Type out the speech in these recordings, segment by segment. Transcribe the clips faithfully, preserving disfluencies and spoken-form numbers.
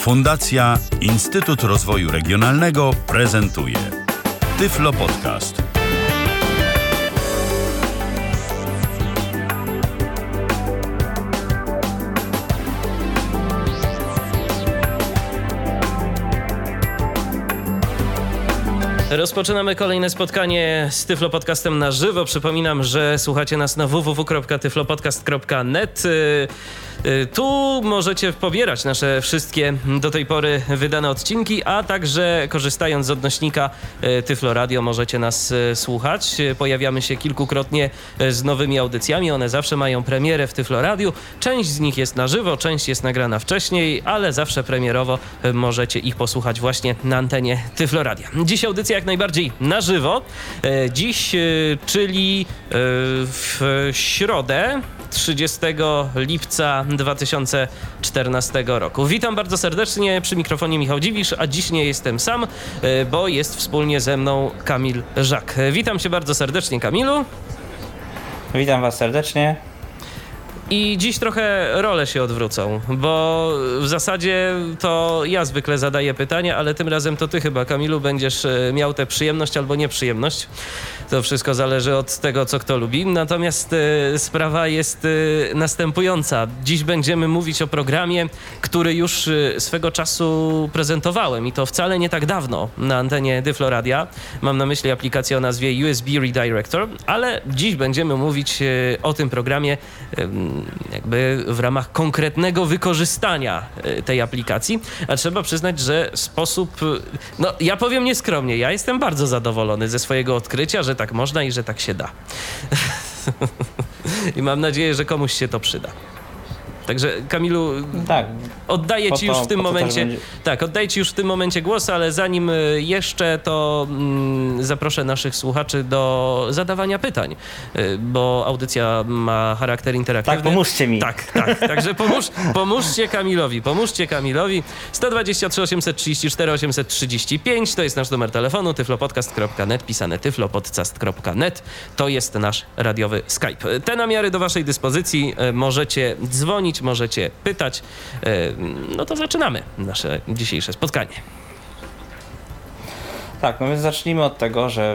Fundacja Instytut Rozwoju Regionalnego prezentuje Tyflo Podcast. Rozpoczynamy kolejne spotkanie z Tyflo Podcastem na żywo. Przypominam, że słuchacie nas na w w w kropka tyflopodcast kropka net. Tu możecie pobierać nasze wszystkie do tej pory wydane odcinki, a także korzystając z odnośnika Tyflo Radio możecie nas słuchać. Pojawiamy się kilkukrotnie z nowymi audycjami. One zawsze mają premierę w Tyflo Radiu. Część z nich jest na żywo, część jest nagrana wcześniej, ale zawsze premierowo możecie ich posłuchać właśnie na antenie Tyflo Radia. Dziś audycja jak najbardziej na żywo. Dziś, czyli w środę, trzydziestego lipca dwa tysiące czternastego roku. Witam bardzo serdecznie, przy mikrofonie Michał Dziwisz, a dziś nie jestem sam, bo jest wspólnie ze mną Kamil Żak. Witam cię bardzo serdecznie, Kamilu. Witam was serdecznie. I dziś trochę role się odwrócą, bo w zasadzie to ja zwykle zadaję pytania, ale tym razem to ty chyba, Kamilu, będziesz miał tę przyjemność albo nieprzyjemność. To wszystko zależy od tego, co kto lubi. Natomiast y, sprawa jest y, następująca. Dziś będziemy mówić o programie, który już y, swego czasu prezentowałem i to wcale nie tak dawno na antenie Tyflo Radia. Mam na myśli aplikację o nazwie U S B Redirector, ale dziś będziemy mówić y, o tym programie y, jakby w ramach konkretnego wykorzystania y, tej aplikacji. A trzeba przyznać, że sposób, y, no ja powiem nieskromnie, ja jestem bardzo zadowolony ze swojego odkrycia, że tak można i że tak się da. I mam nadzieję, że komuś się to przyda. Także Kamilu, tak, oddaję ci już w tym to momencie będzie... tak, oddaję ci już w tym momencie głos, ale zanim jeszcze to mm, zaproszę naszych słuchaczy do zadawania pytań, bo audycja ma charakter interaktywny. Tak, pomóżcie mi. Tak, tak, także pomóż, pomóżcie Kamilowi, pomóżcie Kamilowi. sto dwadzieścia trzy osiemset trzydzieści cztery osiemset trzydzieści pięć to jest nasz numer telefonu, tyflopodcast kropka net, pisane tyflopodcast kropka net, to jest nasz radiowy Skype. Te namiary do waszej dyspozycji, możecie dzwonić, możecie pytać. No to zaczynamy nasze dzisiejsze spotkanie. Tak, no więc zacznijmy od tego, że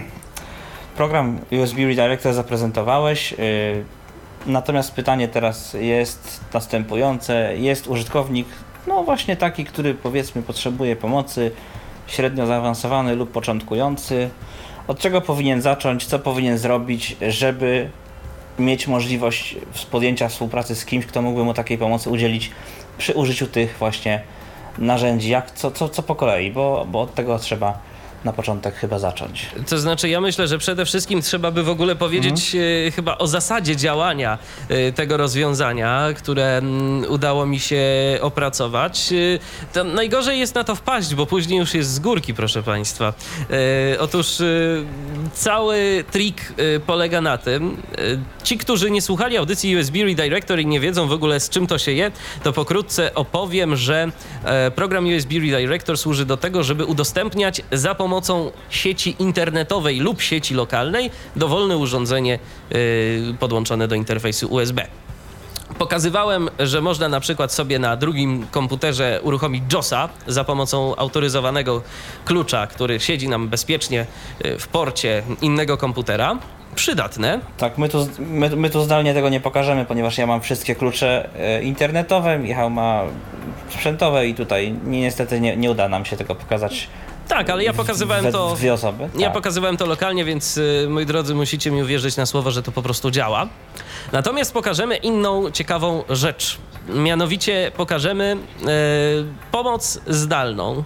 program U S B Redirector zaprezentowałeś, yy, natomiast pytanie teraz jest następujące. Jest użytkownik, no właśnie taki, który powiedzmy potrzebuje pomocy, średnio zaawansowany lub początkujący. Od czego powinien zacząć, co powinien zrobić, żeby mieć możliwość podjęcia współpracy z kimś, kto mógłby mu takiej pomocy udzielić przy użyciu tych właśnie narzędzi, jak, co, co, co po kolei, bo, bo od tego trzeba na początek chyba zacząć. To znaczy, ja myślę, że przede wszystkim trzeba by w ogóle powiedzieć mhm. e, chyba o zasadzie działania e, tego rozwiązania, które m, udało mi się opracować. E, to najgorzej jest na to wpaść, bo później już jest z górki, proszę Państwa. E, otóż e, cały trik e, polega na tym, e, ci, którzy nie słuchali audycji U S B Redirector i nie wiedzą w ogóle z czym to się je, to pokrótce opowiem, że e, program U S B Redirector służy do tego, żeby udostępniać za pomocą pomocą sieci internetowej lub sieci lokalnej dowolne urządzenie yy, podłączone do interfejsu U S B. Pokazywałem, że można na przykład sobie na drugim komputerze uruchomić josa za pomocą autoryzowanego klucza, który siedzi nam bezpiecznie w porcie innego komputera. Przydatne. Tak, my tu, my, my tu zdalnie tego nie pokażemy, ponieważ ja mam wszystkie klucze internetowe, Michał ma sprzętowe i tutaj niestety nie, nie uda nam się tego pokazać. Tak, ale ja pokazywałem we, to. Dwie osoby. Ja tak. pokazywałem to lokalnie, więc y, moi drodzy, musicie mi uwierzyć na słowo, że to po prostu działa. Natomiast pokażemy inną ciekawą rzecz. Mianowicie pokażemy y, pomoc zdalną.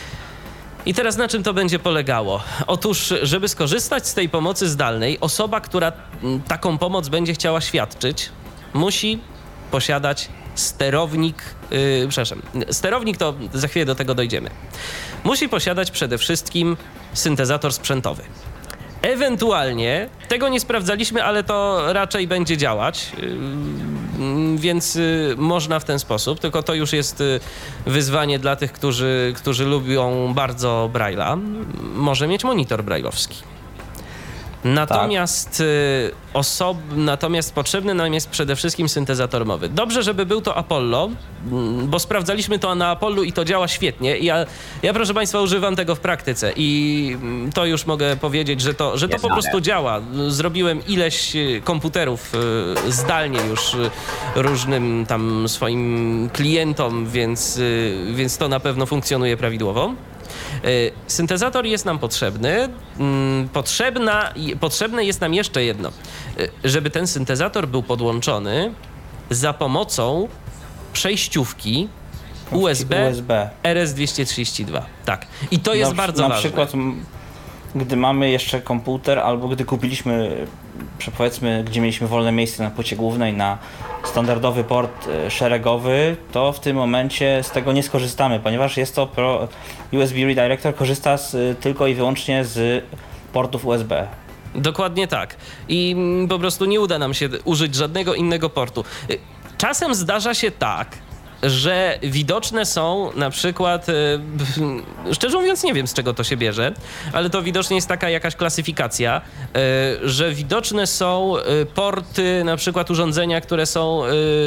I teraz na czym to będzie polegało? Otóż, żeby skorzystać z tej pomocy zdalnej, osoba, która taką pomoc będzie chciała świadczyć, musi posiadać sterownik, yy, przepraszam, sterownik to za chwilę do tego dojdziemy. Musi posiadać przede wszystkim syntezator sprzętowy. Ewentualnie, tego nie sprawdzaliśmy, ale to raczej będzie działać, yy, więc yy, można w ten sposób, tylko to już jest yy, wyzwanie dla tych, którzy, którzy lubią bardzo Braille'a. Może mieć monitor braille'owski. Natomiast, tak. osob... Natomiast potrzebny nam jest przede wszystkim syntezator mowy. Dobrze, żeby był to Apollo, bo sprawdzaliśmy to na Apollu i to działa świetnie. Ja, ja proszę Państwa, używam tego w praktyce i to już mogę powiedzieć, że to, że to po prostu działa. Zrobiłem ileś komputerów zdalnie już różnym tam swoim klientom, więc, więc to na pewno funkcjonuje prawidłowo. Syntezator jest nam potrzebny. Potrzebna, potrzebne jest nam jeszcze jedno, żeby ten syntezator był podłączony za pomocą przejściówki U S B, U S B. R S dwieście trzydzieści dwa. Tak. I to jest na, bardzo na ważne. Na przykład, gdy mamy jeszcze komputer, albo gdy kupiliśmy, powiedzmy, gdzie mieliśmy wolne miejsce na płycie głównej na standardowy port szeregowy, to w tym momencie z tego nie skorzystamy, ponieważ jest to pro, U S B Redirector korzysta z, tylko i wyłącznie z portów U S B. Dokładnie tak. I po prostu nie uda nam się użyć żadnego innego portu. Czasem zdarza się tak, że widoczne są na przykład, szczerze mówiąc nie wiem z czego to się bierze, ale to widocznie jest taka jakaś klasyfikacja, że widoczne są porty, na przykład urządzenia, które są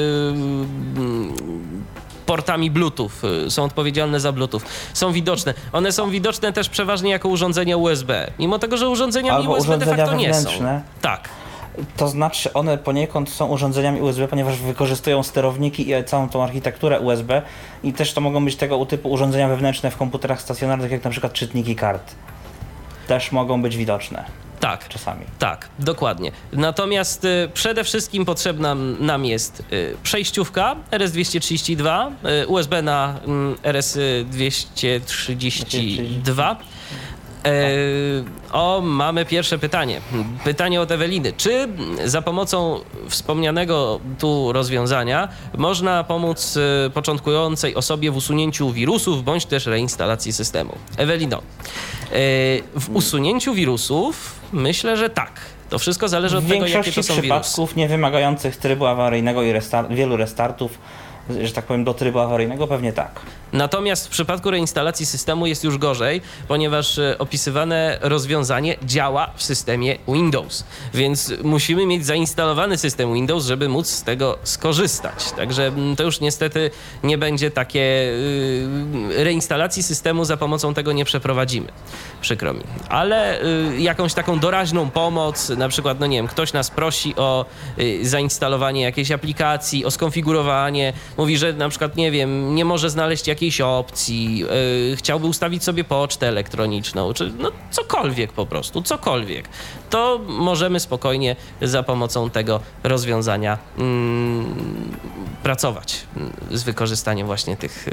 portami Bluetooth, są odpowiedzialne za Bluetooth, są widoczne. One są widoczne też przeważnie jako urządzenia U S B, mimo tego, że urządzeniami Albo U S B de facto nie są. Tak. To znaczy one poniekąd są urządzeniami U S B, ponieważ wykorzystują sterowniki i całą tą architekturę U S B i też to mogą być tego typu urządzenia wewnętrzne w komputerach stacjonarnych, jak na przykład czytniki kart. Też mogą być widoczne. Tak, czasami. Tak, dokładnie. Natomiast y, przede wszystkim potrzebna nam jest y, przejściówka R S dwieście trzydzieści dwa, y, U S B na y, R S dwieście trzydzieści dwa. E, o, mamy pierwsze pytanie. Pytanie od Eweliny. Czy za pomocą wspomnianego tu rozwiązania można pomóc e, początkującej osobie w usunięciu wirusów bądź też reinstalacji systemu? Ewelino, e, w usunięciu wirusów myślę, że tak. To wszystko zależy od tego, jakie to są wirusy. W większości przypadków nie wymagających trybu awaryjnego i restart, wielu restartów, że tak powiem, do trybu awaryjnego pewnie tak. Natomiast w przypadku reinstalacji systemu jest już gorzej, ponieważ opisywane rozwiązanie działa w systemie Windows, więc musimy mieć zainstalowany system Windows, żeby móc z tego skorzystać. Także to już niestety nie będzie takie reinstalacji systemu, za pomocą tego nie przeprowadzimy. Przykro mi. Ale jakąś taką doraźną pomoc, na przykład, no nie wiem, ktoś nas prosi o zainstalowanie jakiejś aplikacji, o skonfigurowanie, mówi, że na przykład, nie wiem, nie może znaleźć jakiejś opcji, yy, chciałby ustawić sobie pocztę elektroniczną, czy no cokolwiek po prostu, cokolwiek, to możemy spokojnie za pomocą tego rozwiązania yy, pracować yy, z wykorzystaniem właśnie tych,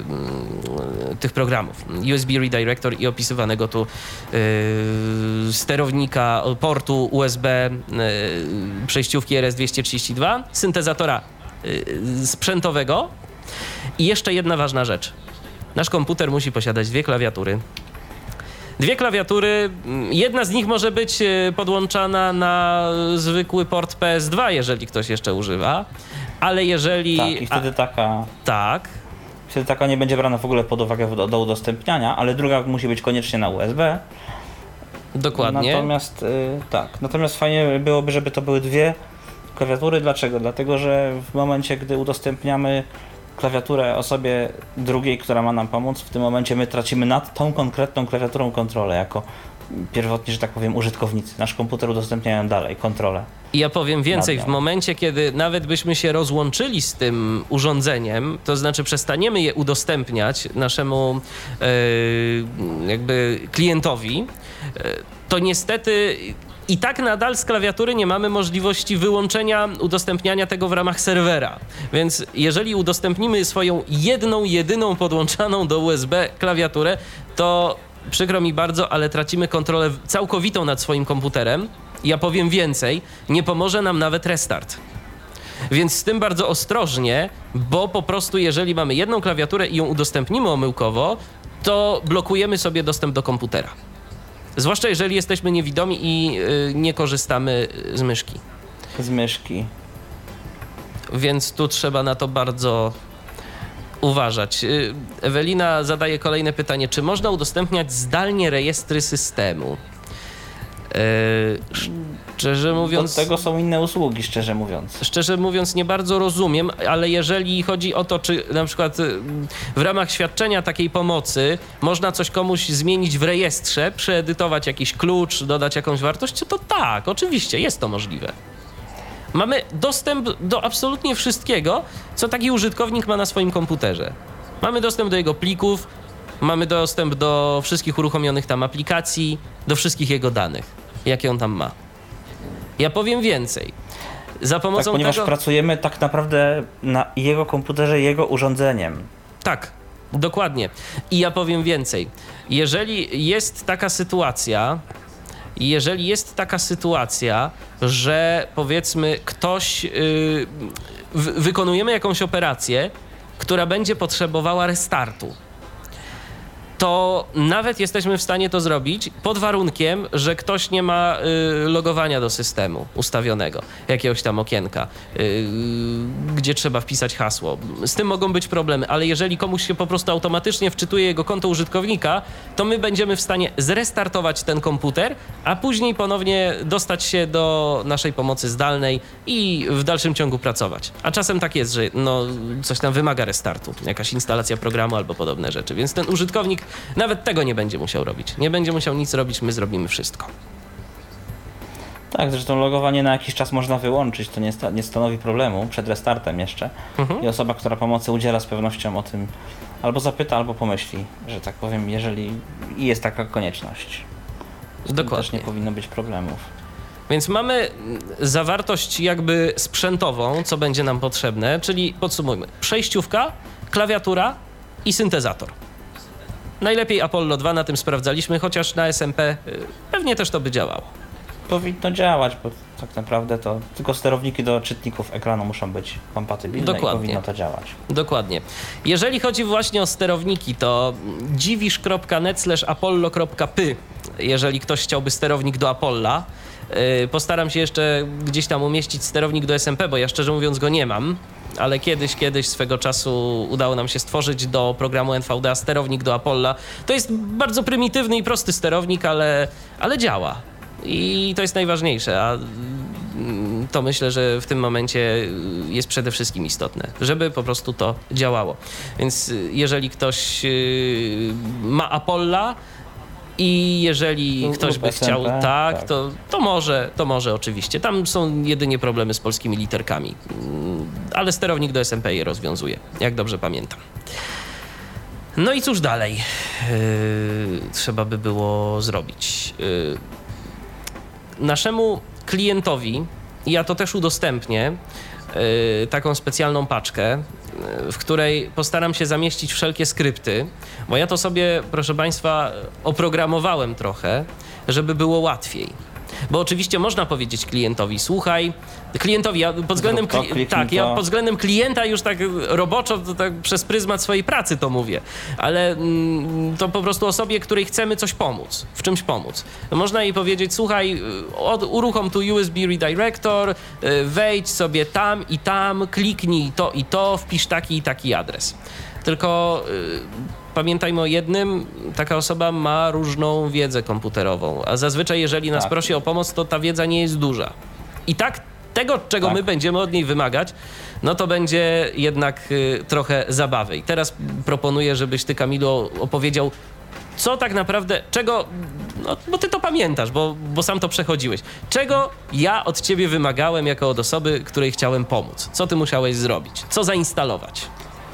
yy, tych programów. U S B Redirector i opisywanego tu yy, sterownika portu U S B, yy, przejściówki R S dwieście trzydzieści dwa, syntezatora sprzętowego. I jeszcze jedna ważna rzecz. Nasz komputer musi posiadać dwie klawiatury. Dwie klawiatury, jedna z nich może być podłączana na zwykły port P S dwa, jeżeli ktoś jeszcze używa, ale jeżeli... Tak, i wtedy taka... A, tak. Wtedy taka nie będzie brana w ogóle pod uwagę do, do udostępniania, ale druga musi być koniecznie na U S B. Dokładnie. Natomiast, yy, tak, natomiast fajnie byłoby, żeby to były dwie klawiatury. Dlaczego? Dlatego, że w momencie, gdy udostępniamy klawiaturę osobie drugiej, która ma nam pomóc, w tym momencie my tracimy nad tą konkretną klawiaturą kontrolę, jako pierwotnie, że tak powiem, użytkownicy. Nasz komputer udostępniają dalej kontrolę. I ja powiem więcej, w momencie, kiedy nawet byśmy się rozłączyli z tym urządzeniem, to znaczy przestaniemy je udostępniać naszemu e, jakby klientowi, e, to niestety i tak nadal z klawiatury nie mamy możliwości wyłączenia udostępniania tego w ramach serwera. Więc jeżeli udostępnimy swoją jedną, jedyną podłączaną do U S B klawiaturę, to przykro mi bardzo, ale tracimy kontrolę całkowitą nad swoim komputerem. Ja powiem więcej, nie pomoże nam nawet restart. Więc z tym bardzo ostrożnie, bo po prostu jeżeli mamy jedną klawiaturę i ją udostępnimy omyłkowo, to blokujemy sobie dostęp do komputera. Zwłaszcza jeżeli jesteśmy niewidomi i y, nie korzystamy z myszki. Z myszki. Więc tu trzeba na to bardzo uważać. Y, Ewelina zadaje kolejne pytanie. Czy można udostępniać zdalnie rejestry systemu? Szczerze mówiąc... Do tego są inne usługi, szczerze mówiąc. Szczerze mówiąc nie bardzo rozumiem, ale jeżeli chodzi o to, czy na przykład w ramach świadczenia takiej pomocy można coś komuś zmienić w rejestrze, przeedytować jakiś klucz, dodać jakąś wartość, to tak, oczywiście jest to możliwe. Mamy dostęp do absolutnie wszystkiego, co taki użytkownik ma na swoim komputerze. Mamy dostęp do jego plików, mamy dostęp do wszystkich uruchomionych tam aplikacji, do wszystkich jego danych, jakie on tam ma. Ja powiem więcej. Za pomocą tak, ponieważ tego... pracujemy tak naprawdę na jego komputerze, jego urządzeniem. Tak, dokładnie. I ja powiem więcej. Jeżeli jest taka sytuacja, jeżeli jest taka sytuacja, że powiedzmy ktoś, yy, w- wykonujemy jakąś operację, która będzie potrzebowała restartu, to nawet jesteśmy w stanie to zrobić pod warunkiem, że ktoś nie ma y, logowania do systemu ustawionego, jakiegoś tam okienka, y, gdzie trzeba wpisać hasło. Z tym mogą być problemy, ale jeżeli komuś się po prostu automatycznie wczytuje jego konto użytkownika, to my będziemy w stanie zrestartować ten komputer, a później ponownie dostać się do naszej pomocy zdalnej i w dalszym ciągu pracować. A czasem tak jest, że no, coś tam wymaga restartu, jakaś instalacja programu albo podobne rzeczy, więc ten użytkownik nawet tego nie będzie musiał robić. Nie będzie musiał nic robić, my zrobimy wszystko. Tak, zresztą logowanie na jakiś czas można wyłączyć, to nie, sta- nie stanowi problemu, przed restartem jeszcze. Mhm. I osoba, która pomocy udziela, z pewnością o tym albo zapyta, albo pomyśli, że tak powiem, jeżeli jest taka konieczność. Z tym Dokładnie. też nie powinno być problemów. Więc mamy zawartość jakby sprzętową, co będzie nam potrzebne, czyli podsumujmy. Przejściówka, klawiatura i syntezator. Najlepiej Apollo dwa, na tym sprawdzaliśmy, chociaż na S M P y, pewnie też to by działało. Powinno działać, bo tak naprawdę to tylko sterowniki do czytników ekranu muszą być kompatybilne. Dokładnie. I powinno to działać. Dokładnie. Jeżeli chodzi właśnie o sterowniki, to dziwisz kropka net slash apollo kropka p, jeżeli ktoś chciałby sterownik do Apolla. Yy, Postaram się jeszcze gdzieś tam umieścić sterownik do S M P, bo ja szczerze mówiąc go nie mam, ale kiedyś, kiedyś swego czasu udało nam się stworzyć do programu N V D A sterownik do Apolla. To jest bardzo prymitywny i prosty sterownik, ale, ale działa. I to jest najważniejsze, a mm, to myślę, że w tym momencie jest przede wszystkim istotne, żeby po prostu to działało. Więc y, jeżeli ktoś y, ma Apolla i jeżeli Lub ktoś by S M P, chciał, tak, tak. To, to może, to może oczywiście. Tam są jedynie problemy z polskimi literkami, Mm, ale sterownik do S M P je rozwiązuje, jak dobrze pamiętam. No i cóż dalej yy, trzeba by było zrobić? Yy, Naszemu klientowi, ja to też udostępnię, yy, taką specjalną paczkę, yy, w której postaram się zamieścić wszelkie skrypty, bo ja to sobie, proszę Państwa, oprogramowałem trochę, żeby było łatwiej. Bo oczywiście można powiedzieć klientowi, słuchaj, klientowi, ja pod względem, Zrób to, kli- kliknij tak, ja to. pod względem klienta już tak roboczo, to tak przez pryzmat swojej pracy to mówię, ale mm, to po prostu osobie, której chcemy coś pomóc, w czymś pomóc. Można jej powiedzieć, słuchaj, od, uruchom tu U S B Redirector, y, wejdź sobie tam i tam, kliknij to i to, wpisz taki i taki adres. Tylko y, pamiętajmy o jednym, taka osoba ma różną wiedzę komputerową, a zazwyczaj jeżeli nas Tak. prosi o pomoc, to ta wiedza nie jest duża. I tak tego, czego Tak. my będziemy od niej wymagać, no to będzie jednak y, trochę zabawy. I teraz proponuję, żebyś ty, Kamilu, opowiedział, co tak naprawdę, czego, no, bo ty to pamiętasz, bo, bo sam to przechodziłeś. Czego ja od ciebie wymagałem jako od osoby, której chciałem pomóc? Co ty musiałeś zrobić? Co zainstalować?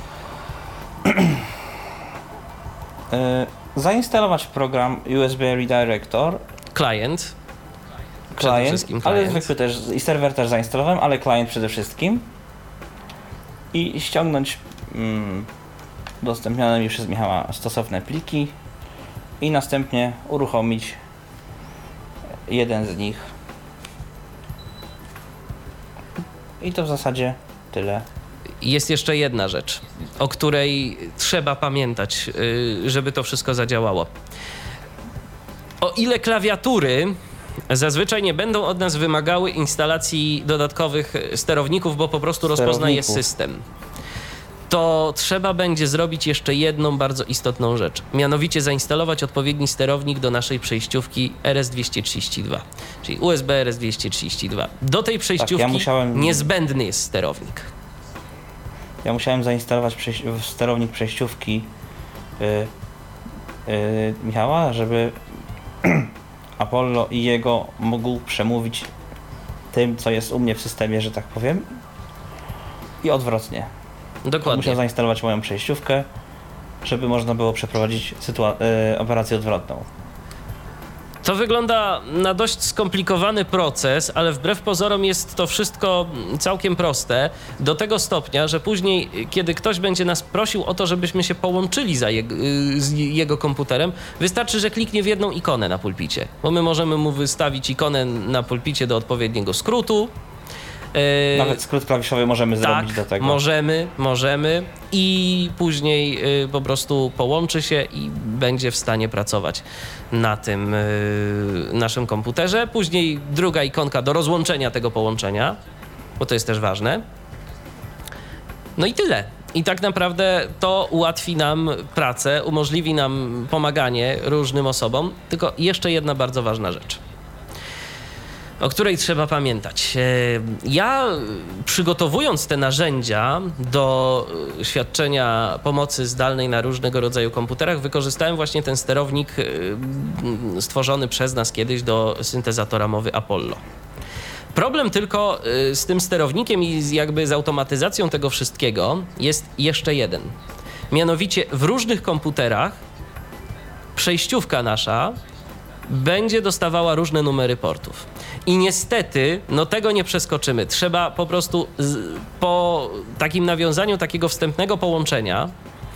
Yy, zainstalować program U S B Redirector, Klient. Przede client, wszystkim ale client. zwykły też, i serwer też zainstalowałem, ale client przede wszystkim. I ściągnąć mm, udostępnione mi przez Michała stosowne pliki i następnie uruchomić jeden z nich. I to w zasadzie tyle. Jest jeszcze jedna rzecz, o której trzeba pamiętać, yy, żeby to wszystko zadziałało. O ile klawiatury zazwyczaj nie będą od nas wymagały instalacji dodatkowych sterowników, bo po prostu rozpozna je Sterowników. system. to trzeba będzie zrobić jeszcze jedną bardzo istotną rzecz. Mianowicie zainstalować odpowiedni sterownik do naszej przejściówki R S dwieście trzydzieści dwa, czyli U S B R S dwieście trzydzieści dwa. Do tej przejściówki tak, ja musiałem... niezbędny jest sterownik. Ja musiałem zainstalować przejś... sterownik przejściówki yy, yy, Michała, żeby Apollo i jego mógł przemówić tym, co jest u mnie w systemie, że tak powiem, i odwrotnie. Dokładnie. Musiał zainstalować moją przejściówkę, żeby można było przeprowadzić sytua- yy, operację odwrotną. To wygląda na dość skomplikowany proces, ale wbrew pozorom jest to wszystko całkiem proste. Do tego stopnia, że później, kiedy ktoś będzie nas prosił o to, żebyśmy się połączyli za je- z jego komputerem, wystarczy, że kliknie w jedną ikonę na pulpicie. Bo my możemy mu wystawić ikonę na pulpicie do odpowiedniego skrótu. Nawet skrót klawiszowy możemy tak, zrobić do tego. możemy, możemy i później y, po prostu połączy się i będzie w stanie pracować na tym y, naszym komputerze. Później druga ikonka do rozłączenia tego połączenia, bo to jest też ważne. No i tyle. I tak naprawdę to ułatwi nam pracę, umożliwi nam pomaganie różnym osobom. Tylko jeszcze jedna bardzo ważna rzecz, o której trzeba pamiętać. Ja, przygotowując te narzędzia do świadczenia pomocy zdalnej na różnego rodzaju komputerach, wykorzystałem właśnie ten sterownik stworzony przez nas kiedyś do syntezatora mowy Apollo. Problem tylko z tym sterownikiem i z jakby z automatyzacją tego wszystkiego jest jeszcze jeden. Mianowicie w różnych komputerach przejściówka nasza będzie dostawała różne numery portów. I niestety, no tego nie przeskoczymy. Trzeba po prostu z, po takim nawiązaniu takiego wstępnego połączenia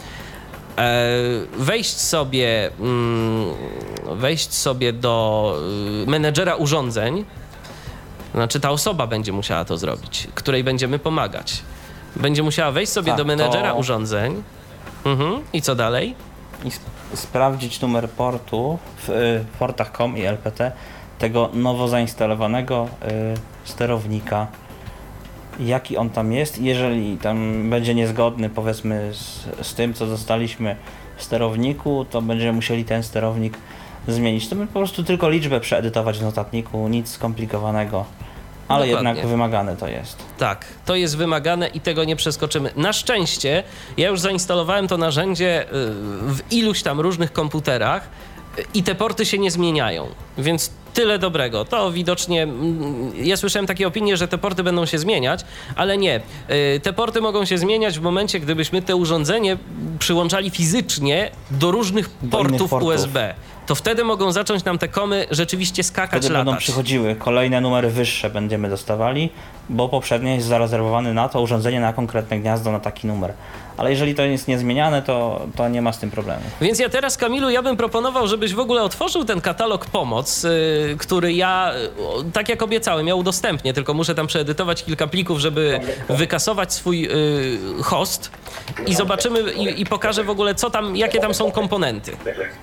e, wejść sobie mm, wejść sobie do y, menedżera urządzeń. Znaczy ta osoba będzie musiała to zrobić, której będziemy pomagać. Będzie musiała wejść sobie tak, do menedżera to... urządzeń. Mhm. I co dalej? I sp- sprawdzić numer portu w y, portach kropka com i L P T tego nowo zainstalowanego y, sterownika, jaki on tam jest. Jeżeli tam będzie niezgodny, powiedzmy, z, z tym, co dostaliśmy w sterowniku, to będziemy musieli ten sterownik zmienić. To by po prostu tylko liczbę przeedytować w notatniku, nic skomplikowanego, ale Dokładnie. jednak wymagane to jest. Tak, to jest wymagane i tego nie przeskoczymy. Na szczęście ja już zainstalowałem to narzędzie w iluś tam różnych komputerach i te porty się nie zmieniają, więc tyle dobrego. To widocznie, ja słyszałem takie opinie, że te porty będą się zmieniać, ale nie. Te porty mogą się zmieniać w momencie, gdybyśmy te urządzenie przyłączali fizycznie do różnych Do portów, portów U S B. To wtedy mogą zacząć nam te komy rzeczywiście skakać, Wtedy latać. będą przychodziły, kolejne numery wyższe będziemy dostawali, bo poprzednie jest zarezerwowany na to urządzenie, na konkretne gniazdo, na taki numer. Ale jeżeli to jest niezmieniane, to, to nie ma z tym problemu. Więc ja teraz, Kamilu, ja bym proponował, żebyś w ogóle otworzył ten katalog pomoc, yy, który ja, yy, tak jak obiecałem, ja udostępnię, tylko muszę tam przeedytować kilka plików, żeby wykasować swój yy, host i zobaczymy i, i pokażę w ogóle, co tam, jakie tam są komponenty.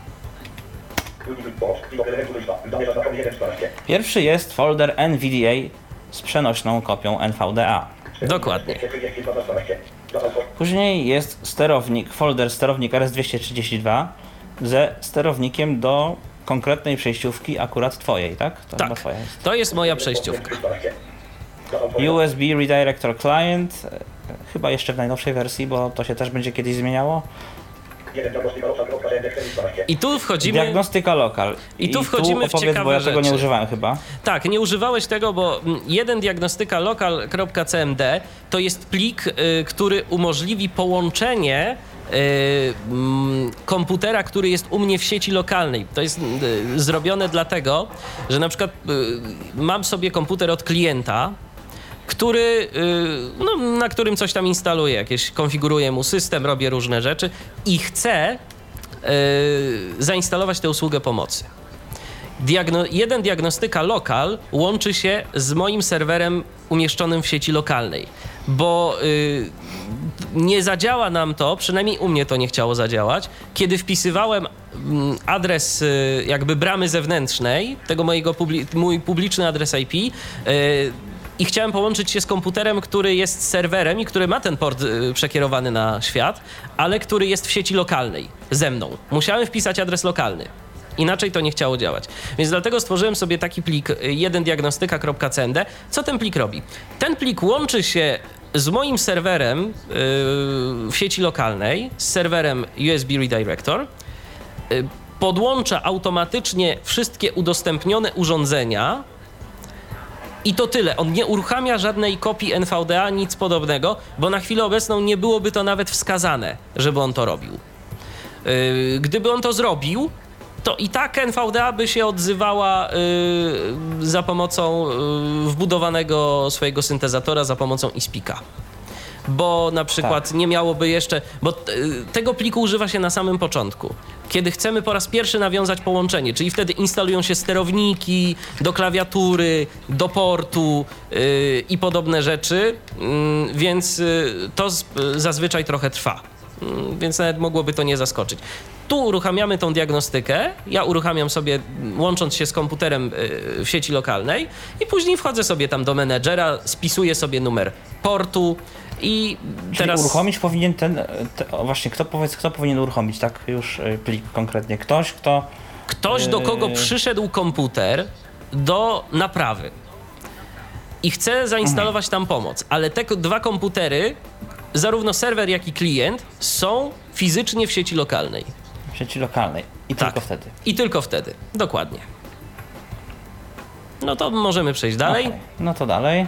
Pierwszy jest folder N V D A z przenośną kopią N V D A. Dokładnie. Później jest sterownik, folder sterownik R S dwieście trzydzieści dwa ze sterownikiem do konkretnej przejściówki, akurat twojej, tak? To chyba Tak, twoja jest. to jest moja przejściówka. U S B Redirector Client, chyba jeszcze w najnowszej wersji, bo to się też będzie kiedyś zmieniało. I tu wchodzimy... Diagnostyka lokal. I tu wchodzimy w opowiedz, ciekawe bo ja tego nie rzeczy. używałem chyba. Tak, nie używałeś tego, bo jeden diagnostyka lokal kropka c m d to jest plik, y, który umożliwi połączenie y, mm, komputera, który jest u mnie w sieci lokalnej. To jest y, zrobione dlatego, że na przykład y, mam sobie komputer od klienta, który, y, no, na którym coś tam instaluję, jakieś konfiguruję mu system, robię różne rzeczy i chcę y, zainstalować tę usługę pomocy. Diagno- jeden diagnostyka lokal łączy się z moim serwerem umieszczonym w sieci lokalnej, bo y, nie zadziała nam to, przynajmniej u mnie to nie chciało zadziałać, kiedy wpisywałem y, adres y, jakby bramy zewnętrznej, tego mojego publi- mój publiczny adres I P, y, i chciałem połączyć się z komputerem, który jest serwerem i który ma ten port y, przekierowany na świat, ale który jest w sieci lokalnej ze mną. Musiałem wpisać adres lokalny. Inaczej to nie chciało działać. Więc dlatego stworzyłem sobie taki plik jeden diagnostyka kropka c m d. Co ten plik robi? Ten plik łączy się z moim serwerem yy, w sieci lokalnej, z serwerem U S B Redirector, yy, podłącza automatycznie wszystkie udostępnione urządzenia i to tyle. On nie uruchamia żadnej kopii N V D A, nic podobnego, bo na chwilę obecną nie byłoby to nawet wskazane, żeby on to robił. Yy, gdyby on to zrobił, to i tak N V D A by się odzywała yy, za pomocą yy, wbudowanego swojego syntezatora, za pomocą iSpeaka. Bo na przykład tak. nie miałoby jeszcze... Bo t, tego pliku używa się na samym początku. Kiedy chcemy po raz pierwszy nawiązać połączenie, czyli wtedy instalują się sterowniki do klawiatury, do portu yy, i podobne rzeczy, yy, więc yy, to z, yy, zazwyczaj trochę trwa. Yy, więc nawet mogłoby to nie zaskoczyć. Tu uruchamiamy tą diagnostykę, ja uruchamiam sobie, łącząc się z komputerem w sieci lokalnej i później wchodzę sobie tam do menedżera, spisuję sobie numer portu i Czyli teraz... uruchomić powinien ten, te, o właśnie, kto, powiedz, kto powinien uruchomić, tak już plik konkretnie? Ktoś, kto... Ktoś, do kogo przyszedł komputer do naprawy i chce zainstalować mhm. tam pomoc, ale te dwa komputery, zarówno serwer, jak i klient, są fizycznie w sieci lokalnej. W sieci lokalnej. I tak. tylko wtedy. I tylko wtedy. Dokładnie. No to możemy przejść dalej. Okay. No to dalej.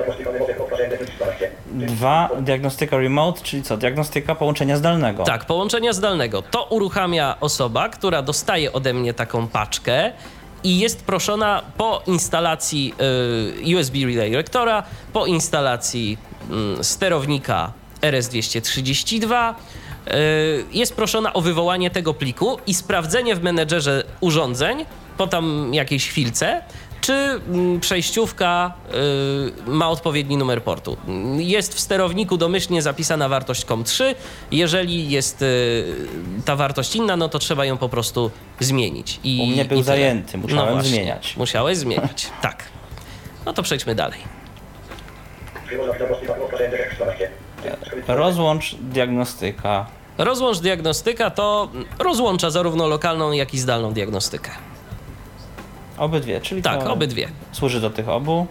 Dwa, diagnostyka remote, czyli co? Diagnostyka połączenia zdalnego. Tak, połączenia zdalnego. To uruchamia osoba, która dostaje ode mnie taką paczkę i jest proszona po instalacji y, U S B Redirectora, po instalacji y, sterownika R S dwieście trzydzieści dwa, jest proszona o wywołanie tego pliku i sprawdzenie w menedżerze urządzeń po tam jakiejś chwilce, czy przejściówka ma odpowiedni numer portu. Jest w sterowniku domyślnie zapisana wartość com trzy. Jeżeli jest ta wartość inna, no to trzeba ją po prostu zmienić. I, U mnie był zajęty, musiałem no właśnie, zmieniać. Musiałeś zmieniać, tak. No to przejdźmy dalej. Rozłącz diagnostyka. Rozłącz diagnostyka to rozłącza zarówno lokalną, jak i zdalną diagnostykę. Obydwie, czyli tak, to obydwie. Służy do tych obu.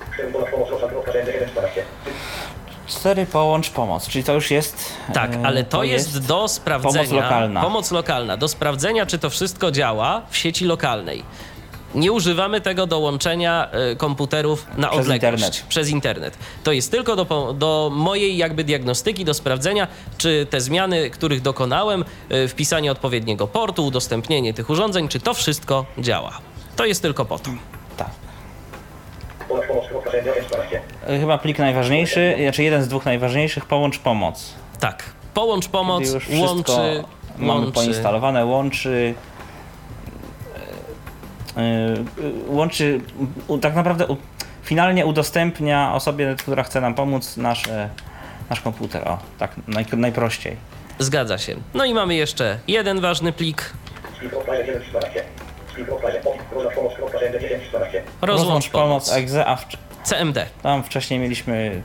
Cztery połącz pomoc, czyli to już jest... Tak, ale to, to jest, jest do sprawdzenia... Pomoc lokalna. Pomoc lokalna, do sprawdzenia, czy to wszystko działa w sieci lokalnej. Nie używamy tego do łączenia y, komputerów na przez odległość. Internet. Przez internet. To jest tylko do, do mojej jakby diagnostyki, do sprawdzenia, czy te zmiany, których dokonałem, y, wpisanie odpowiedniego portu, udostępnienie tych urządzeń, czy to wszystko działa. To jest tylko po to. Tak. Chyba plik najważniejszy, znaczy jeden z dwóch najważniejszych, połącz pomoc. Tak. Połącz pomoc, już łączy... mamy łączy. poinstalowane, łączy... łączy, tak naprawdę finalnie udostępnia osobie, która chce nam pomóc, nasz, nasz komputer. O, tak naj, najprościej. Zgadza się. No i mamy jeszcze jeden ważny plik. Rozłącz pomoc exe, a w... C M D. Tam wcześniej mieliśmy...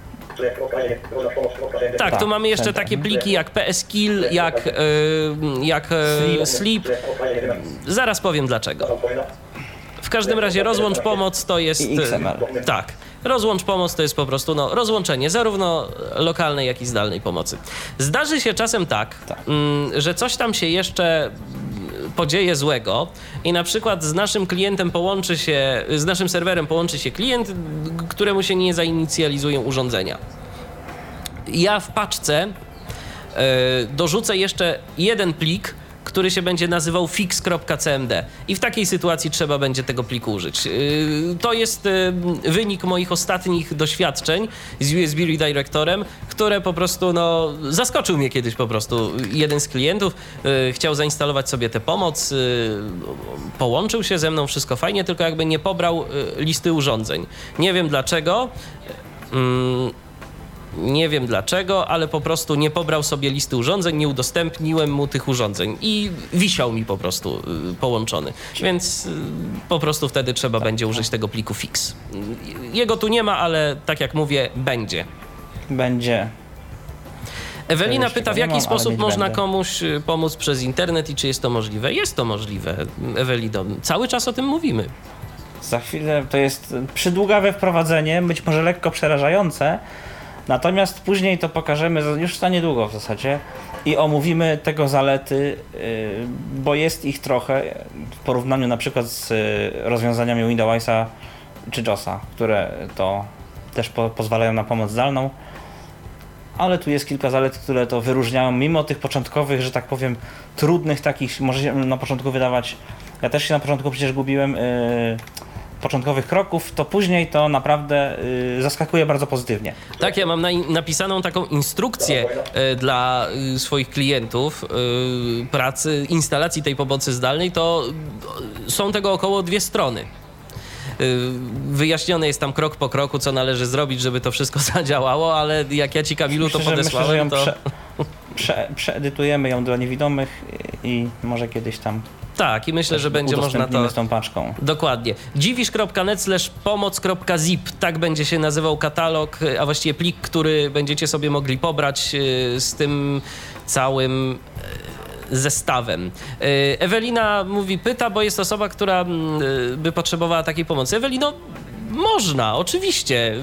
Tak, tu mamy jeszcze takie pliki jak pskill, jak, yy, jak yy, sleep. Zaraz powiem dlaczego. W każdym razie rozłącz pomoc to jest... Tak. Rozłącz pomoc to jest po prostu no, rozłączenie zarówno lokalnej, jak i zdalnej pomocy. Zdarzy się czasem tak, tak. Mm, że coś tam się jeszcze podzieje złego i na przykład z naszym klientem połączy się, z naszym serwerem połączy się klient, któremu się nie zainicjalizują urządzenia. Ja w paczce y, dorzucę jeszcze jeden plik, który się będzie nazywał fix kropka c m d i w takiej sytuacji trzeba będzie tego pliku użyć. Yy, to jest yy, wynik moich ostatnich doświadczeń z U S B Redirectorem, które po prostu, no, zaskoczył mnie kiedyś po prostu. Jeden z klientów yy, chciał zainstalować sobie tę pomoc, yy, połączył się ze mną, wszystko fajnie, tylko jakby nie pobrał yy, listy urządzeń. Nie wiem dlaczego. Yy, Nie wiem dlaczego, ale po prostu nie pobrał sobie listy urządzeń, nie udostępniłem mu tych urządzeń i wisiał mi po prostu y, połączony. Więc y, po prostu wtedy trzeba tak, będzie użyć tego pliku fix. Jego tu nie ma, ale tak jak mówię, będzie. Będzie. Ewelina pyta, w jaki mam, sposób można będę. komuś pomóc przez internet i czy jest to możliwe? Jest to możliwe, Ewelino. Cały czas o tym mówimy. Za chwilę to jest przydługawe wprowadzenie, być może lekko przerażające, natomiast później to pokażemy już za niedługo w zasadzie i omówimy tego zalety, bo jest ich trochę w porównaniu na przykład z rozwiązaniami Windowsa czy JOSa, które to też po, pozwalają na pomoc zdalną. Ale tu jest kilka zalet, które to wyróżniają, mimo tych początkowych, że tak powiem, trudnych takich, może się na początku wydawać, ja też się na początku przecież gubiłem, yy, początkowych kroków, to później to naprawdę yy, zaskakuje bardzo pozytywnie. Tak, ja mam na, napisaną taką instrukcję y, dla y, swoich klientów y, pracy, instalacji tej pomocy zdalnej, to y, są tego około dwie strony. Wyjaśnione jest tam krok po kroku, co należy zrobić, żeby to wszystko zadziałało, ale jak ja ci, Kamilu, to myślę, podesłałem, myślę, że ją to... prze, prze, przeedytujemy ją dla niewidomych i może kiedyś tam tak, i myślę, że będzie można to... z tą paczką. Dokładnie. dziwisz kropka net slash pomoc kropka zip. Tak będzie się nazywał katalog, a właściwie plik, który będziecie sobie mogli pobrać z tym całym zestawem. Ewelina mówi, pyta, bo jest osoba, która by potrzebowała takiej pomocy. Ewelino, można, oczywiście.